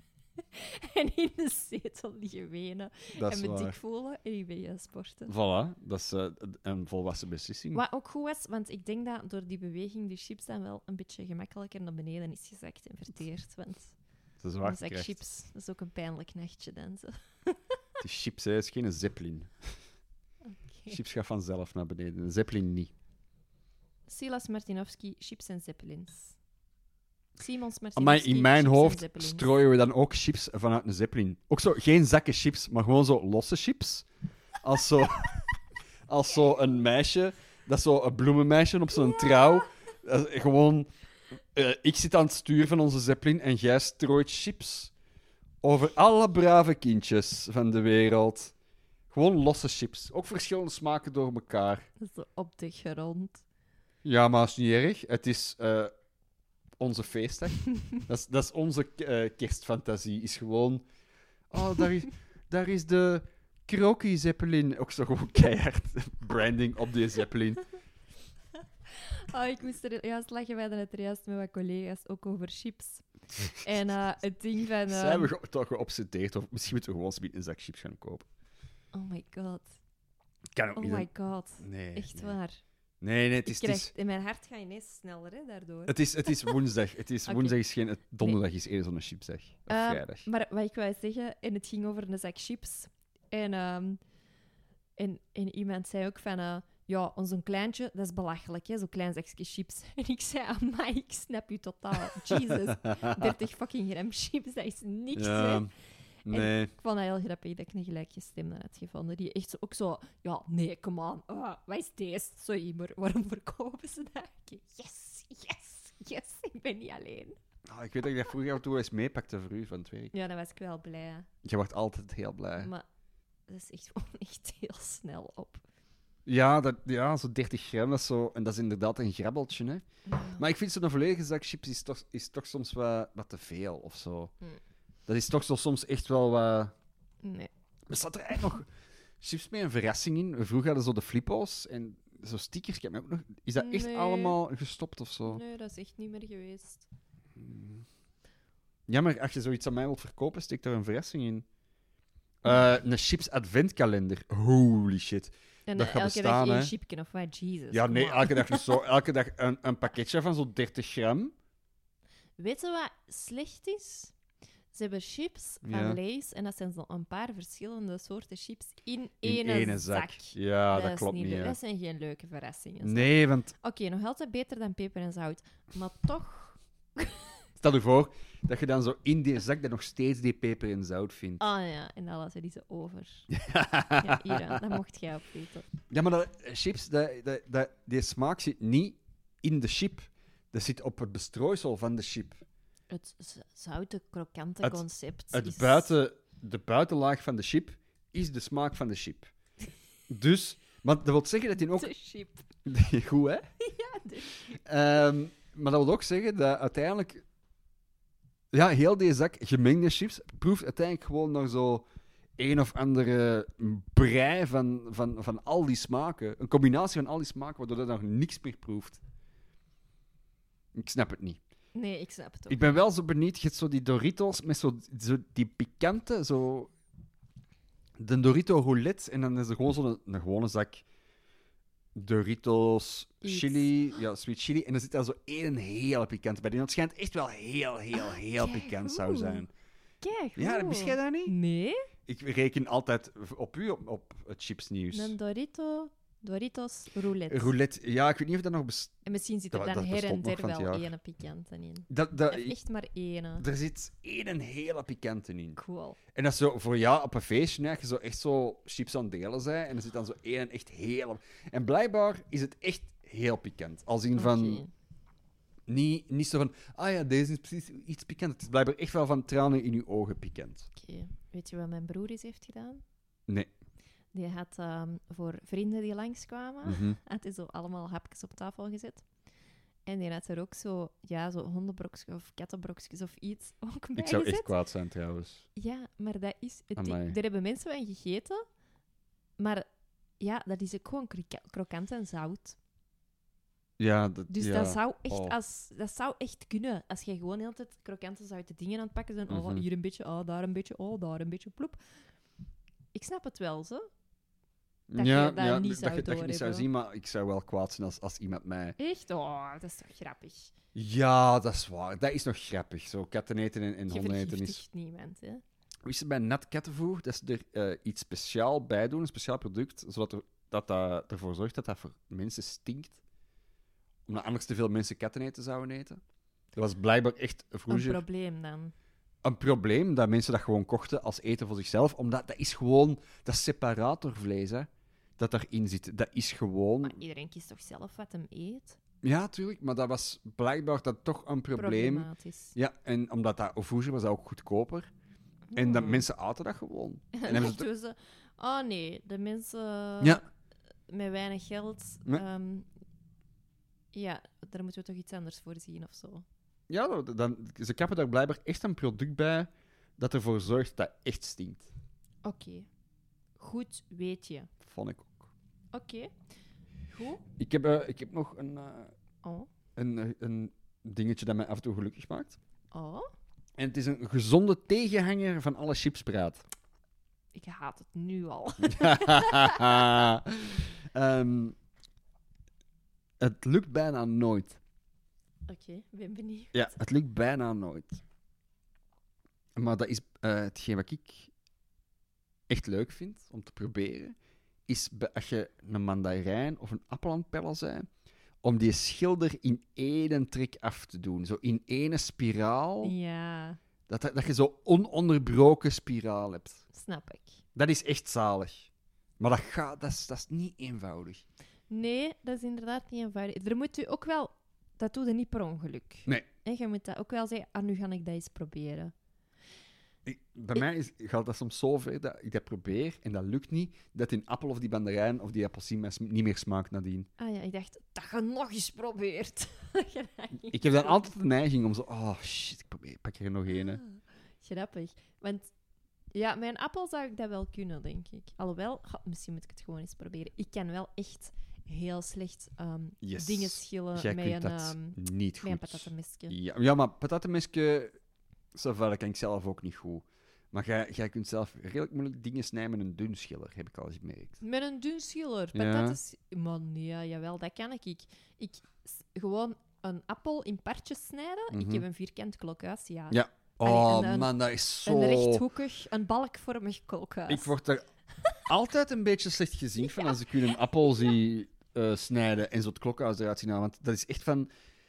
en in de zetel liggen wenen Dat en is me dik waar. voelen en ik ben gaan sporten. Voilà, dat is eh, een volwassen beslissing. Wat ook goed was, want ik denk dat door die beweging de chips dan wel een beetje gemakkelijker naar beneden is gezakt en verteerd. Want Dat is een waar. zak krijgt. chips, dat is ook een pijnlijk nachtje dan. Zo. Het is chips, hè. Het is geen zeppelin. Oké. Chips gaat vanzelf naar beneden. Een zeppelin niet. Silas Martinovski, chips en zeppelins. Simons Maar Martinovski, in mijn chips en hoofd zeppelins. strooien we dan ook chips vanuit een zeppelin. Ook zo, geen zakken chips, maar gewoon zo losse chips. Als zo, als zo een meisje, dat is zo een bloemenmeisje op zo'n trouw. Dat is gewoon Uh, ik zit aan het stuur van onze Zeppelin en jij strooit chips over alle brave kindjes van de wereld. Gewoon losse chips. Ook verschillende smaken door elkaar. Zo op de grond. Ja, maar is niet erg. Het is uh, onze feestdag. dat, is, dat is onze uh, kerstfantasie. Is gewoon... Oh, daar is, daar is de Croaky Zeppelin. Ook zo gewoon keihard branding op die Zeppelin. Oh, ik moest er juist lachen. Wij hadden het er juist met mijn collega's ook over chips. En uh, het ding van... Uh... Zijn we ge- toch geobsedeerd? Of misschien moeten we gewoon zometeen een zak chips gaan kopen. Oh my god. Kan ook Oh niet. my god. Nee, Echt nee. waar. Nee, nee, het is... Ik krijg... Het is... In mijn hart ga ineens sneller, hè, daardoor. Het is, het is woensdag. Het is, Okay. Woensdag is geen... Het, donderdag is eerder zo'n chipsdag. Of Uh, vrijdag. maar wat ik wou zeggen, en het ging over een zak chips. En, um, en, en iemand zei ook van... Uh, ja, zo'n kleintje, dat is belachelijk, hè, zo'n klein zakje chips. En ik zei, amai, ik snap u totaal. Jesus, dertig fucking gram chips, dat is niks, Ja, hè. nee. Ik vond dat heel grappig dat ik een gelijkgestemde had gevonden. Die echt zo, ook zo... Ja, nee, come on. Uh, wat is deze? Sorry, maar waarom verkopen ze dat? Yes, yes, yes. Ik ben niet alleen. Oh, ik weet dat ik dat vroeger af en toe eens meepakte voor u van het werk. Ja, dan was ik wel blij. Je wordt altijd heel blij. Maar dat is echt gewoon echt heel snel op. Ja, dat, ja, zo dertig gram, dat is zo... En dat is inderdaad een grabbeltje, hè. Ja. Maar ik vind zo'n volledige zak chips is toch, is toch soms wat, wat te veel, of zo. Hm. Dat is toch zo soms echt wel wat... Nee. Er staat er eigenlijk nog chips met een verrassing in. We vroeger hadden zo de flippo's en zo stickers. Ik heb me ook nog... Is dat echt Nee. allemaal gestopt of zo? Nee, dat is echt niet meer geweest. Ja, maar als je zoiets aan mij wilt verkopen, steek daar een verrassing in. Uh, een chips adventkalender. Holy shit. En Dat uh, gaat elke bestaan, dag één hè. chipje of wat? Jesus. Ja, nee, come on. elke dag, dus zo, elke dag een, een pakketje van zo'n dertig gram. Weet je wat slecht is? Ze hebben chips van Ja. Lay's en dat zijn zo een paar verschillende soorten chips in In één één zak. Ja, dat, is klopt niet. leuk. hè. Dat zijn geen leuke verrassingen. zo. Nee, want Oké, nog altijd beter dan peper en zout. Maar toch... stel je voor dat je dan zo in die zak dat nog steeds die peper en zout vindt. Ah ja, en dan laten die ze over. Ja, hier, dat mocht jij opeten. Ja, maar dat, chips, dat, dat, dat, die smaak zit niet in de chip. Dat zit op het bestrooisel van de chip. Het z- zoute, krokante Het- concept Het is... buiten, de buitenlaag van de chip is de smaak van de chip. Dus, maar dat wil zeggen dat die ook... De chip. Goed, hè? Ja, de chip. Ehm, maar dat wil ook zeggen dat uiteindelijk... Ja, heel die zak gemengde chips proeft uiteindelijk gewoon nog zo een of andere brei van, van, van al die smaken. Een combinatie van al die smaken, waardoor je nog niks meer proeft. Ik snap het niet. Nee, ik snap het ook. Ik ben wel zo benieuwd. Je hebt zo die Doritos met zo, zo die pikante, zo... De Dorito roulette. En dan is er gewoon zo'n een gewone zak Doritos Iets. chili. Ja, sweet chili. En dan zit daar zo één heel pikant bij. En dat schijnt echt wel heel, heel, heel kijk, pikant zou oeh. zijn. Kijk, Ja, oeh. wist jij dat niet? Nee? Ik reken altijd op u op, op het chipsnieuws. Een Dorito, Doritos roulette. Roulette. Ja, ik weet niet of dat nog bestaat. En misschien zit er Dat- dan dat her en bestond nog der van het wel jaar. één pikante in. Dat, dat, Of echt maar één. er zit één hele pikante in. Cool. En dat is zo voor jou op een feestje, hè, je zo echt zo chips aan het delen bent. En er zit dan zo één echt heel... En blijkbaar is het echt heel pikant. Als in van... Oké. Niet, niet zo van... Ah ja, deze is precies iets pikant. Het is blijkbaar echt wel van tranen in je ogen pikant. Oké. Weet je wat mijn broer eens heeft gedaan? Nee. Die had ehm, voor vrienden die langskwamen, Mhm. had hij zo allemaal hapjes op tafel gezet. En die had er ook zo, ja, zo hondenbrokjes of kattenbrokjes of iets ook bij Ik zou gezet. echt kwaad zijn, trouwens. Ja, maar dat is... Het ding. Amai. Daar hebben mensen van gegeten. Maar ja, dat is ook gewoon krika- krokant en zout. Ja, dat, Dus ja. dat, zou echt Oh. als, dat zou echt kunnen. Als je gewoon de hele tijd krokante zoute dingen aan het pakken bent. Oh, Mhm. hier een beetje, oh, daar een beetje, oh, daar een beetje, ploep. Ik snap het wel, zo. dat ja, je dat ja, niet dat, zou je, dat je niet zou doorhebben. zien, maar ik zou wel kwaad zijn als, als iemand mij... Echt? Oh, dat is toch grappig. Ja, dat is waar. Dat is nog grappig. Zo katten eten en, en Je honden eten is... vergiftigt niemand, hè. Wist je bij nat kattenvoer dat ze er eh, iets speciaal bij doen, een speciaal product, zodat er, dat, dat ervoor zorgt dat dat voor mensen stinkt? Omdat anders te veel mensen katten eten zouden eten. Dat was blijkbaar echt Een vroeger een, probleem dan. probleem dat mensen dat gewoon kochten als eten voor zichzelf, omdat dat is gewoon dat is separatorvlees hè, dat daarin zit. Dat is gewoon... Maar iedereen kiest toch zelf wat hem eet? Ja, tuurlijk, maar dat was blijkbaar dat toch een probleem. Problematisch. Ja, en omdat dat vroeger was dat ook goedkoper. En dat Hmm. mensen aten dat gewoon. En En dan hebben ze dachten we zo, oh nee, de mensen Ja. met weinig geld, Nee. ehm, ja, daar moeten we toch iets anders voor zien of zo. Ja, dan, dan- ze kappen daar blijkbaar echt een product bij dat ervoor zorgt dat echt stinkt. Oké. Goed, weet je. Vond ik ook. Oké. Goed. Ik heb, eh, ik heb nog een, eh, Oh. een, eh, een dingetje dat mij af en toe gelukkig maakt. Oh. En het is een gezonde tegenhanger van alle chipspraat. Ik haat het nu al. Ehm, het lukt bijna nooit. Oké, ben benieuwd. Ja, het lukt bijna nooit. Maar dat is eh, hetgeen wat ik echt leuk vind om te proberen, is bij- als je een mandarijn of een appel aan het pellen bent, om die schilder in één trek af te doen. Zo in één spiraal. Ja, Dat, dat, dat je zo ononderbroken spiraal hebt. snap ik. Dat is echt zalig. Maar dat, gaat, dat, is, dat is niet eenvoudig. Nee, dat is inderdaad niet eenvoudig. Er moet u ook wel... Dat doe je niet per ongeluk. Nee. En je moet dat ook wel zeggen, ah, nu ga ik dat eens proberen. Ik- bij mij is, gaat dat soms zo ver dat ik dat probeer en dat lukt niet, dat die appel of die mandarijn of die appelsien mij sm- niet meer smaakt nadien. Ah ja, ik dacht, dat je nog eens probeert. Dat je dat niet Ik heb dan altijd de neiging om zo, oh shit, ik probeer, pak er nog een. hè. Ah, grappig. Want ja, mijn appel zou ik dat wel kunnen, denk ik. Alhoewel, goh, misschien moet ik het gewoon eens proberen. Ik kan wel echt heel slecht ehm, Yes. dingen schillen Jij met kunt een, dat ehm, niet met een goed. patatenmesje. Ja, ja, maar patatenmesje, ça va, dat kan ik zelf ook niet goed. Maar jij, jij kunt zelf redelijk moeilijk dingen snijden met een dun schiller, heb ik al eens gemerkt. Met een dun schiller. Ja. Patates... Man, ja, jawel, dat kan ik. Ik, ik s- gewoon een appel in partjes snijden. Ik Mhm. heb een vierkant klokhuis, ja. Ja. Allee, Oh een- een- man, dat is zo... Een rechthoekig, een balkvormig klokhuis. Ik word er altijd een beetje slecht gezien van als ik u een appel zie eh, snijden en zo het klokhuis eruit zien halen. Want dat is echt van...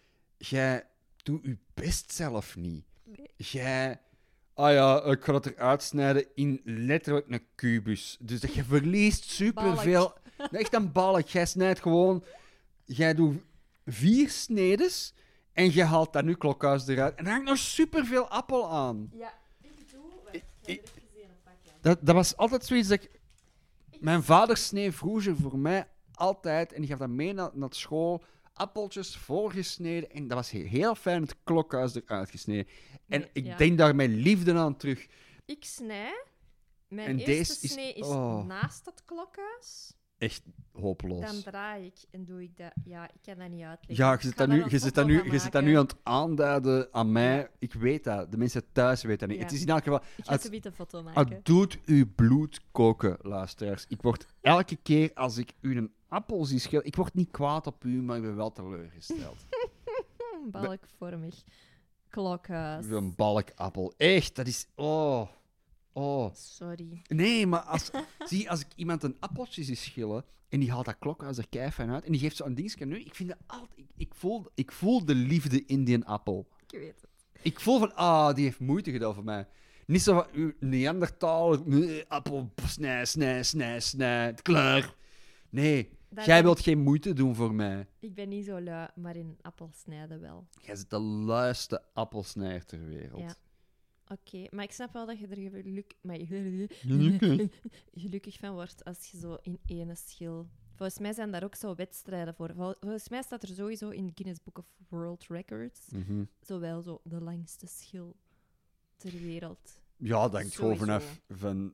Jij doet je best zelf niet. Nee. Jij... Ah ja, ik ga het eruit snijden in letterlijk een kubus. Dus dat je verliest superveel... Echt een balk. Jij snijdt gewoon... Jij doet vier snedes en je haalt daar nu klokhuis eruit. En er hangt nog superveel appel aan. Ja, ik doe... Wacht, ik ga Ik- er even een pakken. Dat, dat was altijd zoiets dat ik... Mijn vader snee vroeger voor mij altijd, en die gaf dat mee naar, naar school, appeltjes voorgesneden. En dat was heel, heel fijn, het klokhuis eruit gesneden. En Nee, ik ja. denk daar mijn liefde aan terug. Ik snij. Mijn En eerste deze is- snee is oh. naast het klokhuis. Echt hopeloos. Dan draai ik en doe ik dat. Ja, ik kan dat niet uitleggen. Ja, Ik je zit ga dat nu, daar je een zit dat foto nu, van je zit dat maken. nu aan het aanduiden aan mij. Ja. Ik weet dat. De mensen thuis weten dat niet. Ja. Het is in elk geval... Ik ga Het, zometeen een foto maken. het doet uw bloed koken, luisteraars. Ik word elke keer als ik u een appel zie schillen... Ik word niet kwaad op u, maar ik ben wel teleurgesteld. Hm, balkvormig klokhuis. Een balkappel. Echt, dat is... Oh. Oh. Sorry. Nee, maar als, zie, als ik iemand een appeltje zie schillen en die haalt dat klokhuis er kei fijn uit en die geeft zo een dingetje nu, ik vind dat altijd... Ik, ik, voel, ik voel de liefde in die appel. Ik weet het. Ik voel van, ah, die heeft moeite gedaan voor mij. Niet zo van, uw Neandertaler, nee, appel, snij, snij, snij, snij, klaar. Nee, Dat jij ben- wilt geen moeite doen voor mij. Ik ben niet zo lui, maar in appel snijden wel. Jij bent de luiste appelsnijder ter wereld. Ja. Oké, maar ik snap wel dat je er geluk... maar Gelukkig. gelukkig van wordt als je zo in ene schil... Volgens mij zijn daar ook zo wedstrijden voor. Vol- Volgens mij staat er sowieso in Guinness Book of World Records Mhm. zowel zo de langste schil ter wereld. Ja, dat hangt gewoon Sowieso. vanaf van...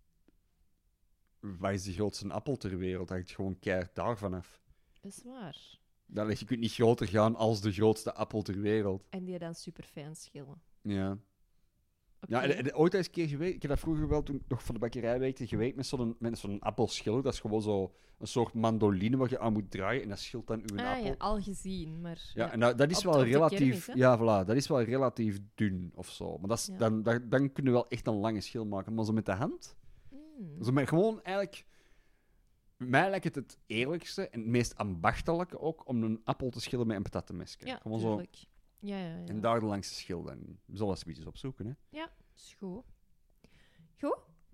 Wat is de grootste appel ter wereld? Dat hangt gewoon keihard daarvan af. Dat is waar. Dan leg je kunt niet groter gaan als de grootste appel ter wereld. En die dan super fijn schillen. Ja. Oké. Ja, en, en ooit eens een keer gewerkt. Ik heb dat vroeger wel, toen ik nog voor de bakkerij werkte, gewerkt met zo'n, met zo'n appelschiller. Dat is gewoon zo een soort mandoline waar je aan moet draaien en dat schilt dan uw ah, appel. ja, al gezien, maar... Ja, en dat, dat is Op- wel op de relatief... kermis, hè? ja, voilà. Dat is wel relatief dun of zo. Maar dat is, Ja. dan, dan, dan kun je wel echt een lange schil maken. Maar zo met de hand... Mm. Zo met gewoon eigenlijk... Mij lijkt het het eerlijkste en het meest ambachtelijke ook om een appel te schillen met een patatenmesje. Ja, gewoon zo. tuurlijk. Ja, ja, ja. En daar de langste schil dan. We zullen eens iets opzoeken, hè. Ja, is goed. Goed.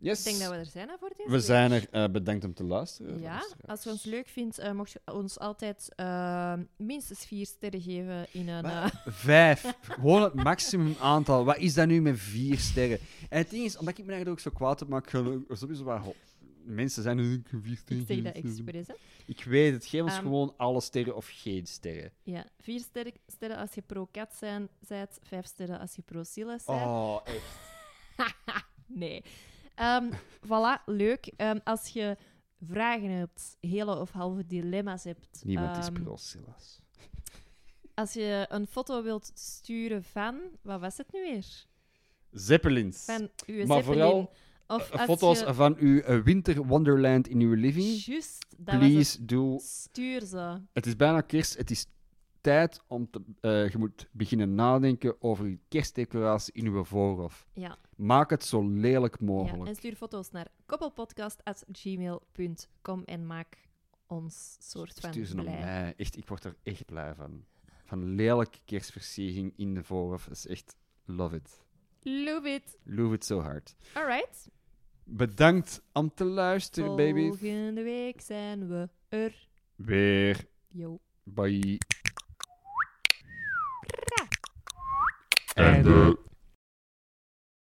Yes. Ik denk dat we er zijn hè, voor deze We week. zijn er. Uh, bedankt om te luisteren. Ja, luisteraars. als je ons leuk vindt, uh, mocht je ons altijd uh, minstens vier sterren geven in een... Uh... Vijf. Gewoon het maximum aantal. Wat is dat nu met vier sterren? En het ding is, omdat ik me eigenlijk ook zo kwaad op maak, gaan er sowieso wat ho- mensen zijn er vier sterren. Ik zeg dat expres, hè. Ik weet het. Geef ons Um, gewoon alle sterren of geen sterren. Ja, vier sterren, sterren als je pro-cat zijn, zijt, vijf sterren als je pro-Silas bent. Oh, echt. Nee. Um, voilà, leuk. Um, als je vragen hebt, hele of halve dilemma's hebt... Niemand is um, pro-Silas. Als je een foto wilt sturen van... Wat was het nu weer? Zeppelins. Van uw Maar Zeppelin. vooral Of uh, als foto's je... van uw uh, winter wonderland in uw living. Juist, dat was Please het. do. Stuur ze. Het is bijna kerst. Het is tijd om te... Uh, je moet beginnen nadenken over je kerstdecoratie in uw voorhof. Ja. Maak het zo lelijk ja. mogelijk. En stuur foto's naar koppelpodcast at gmail punt com en maak ons soort van Stuur ze naar blij. mij. Echt, ik word er echt blij van. Van lelijke kerstversiering in de voorhof. Dat is echt... Love it. Love it. Love it so hard. Alright. Bedankt om te luisteren, baby. Volgende week zijn we er. Weer. Yo. Bye. Einde.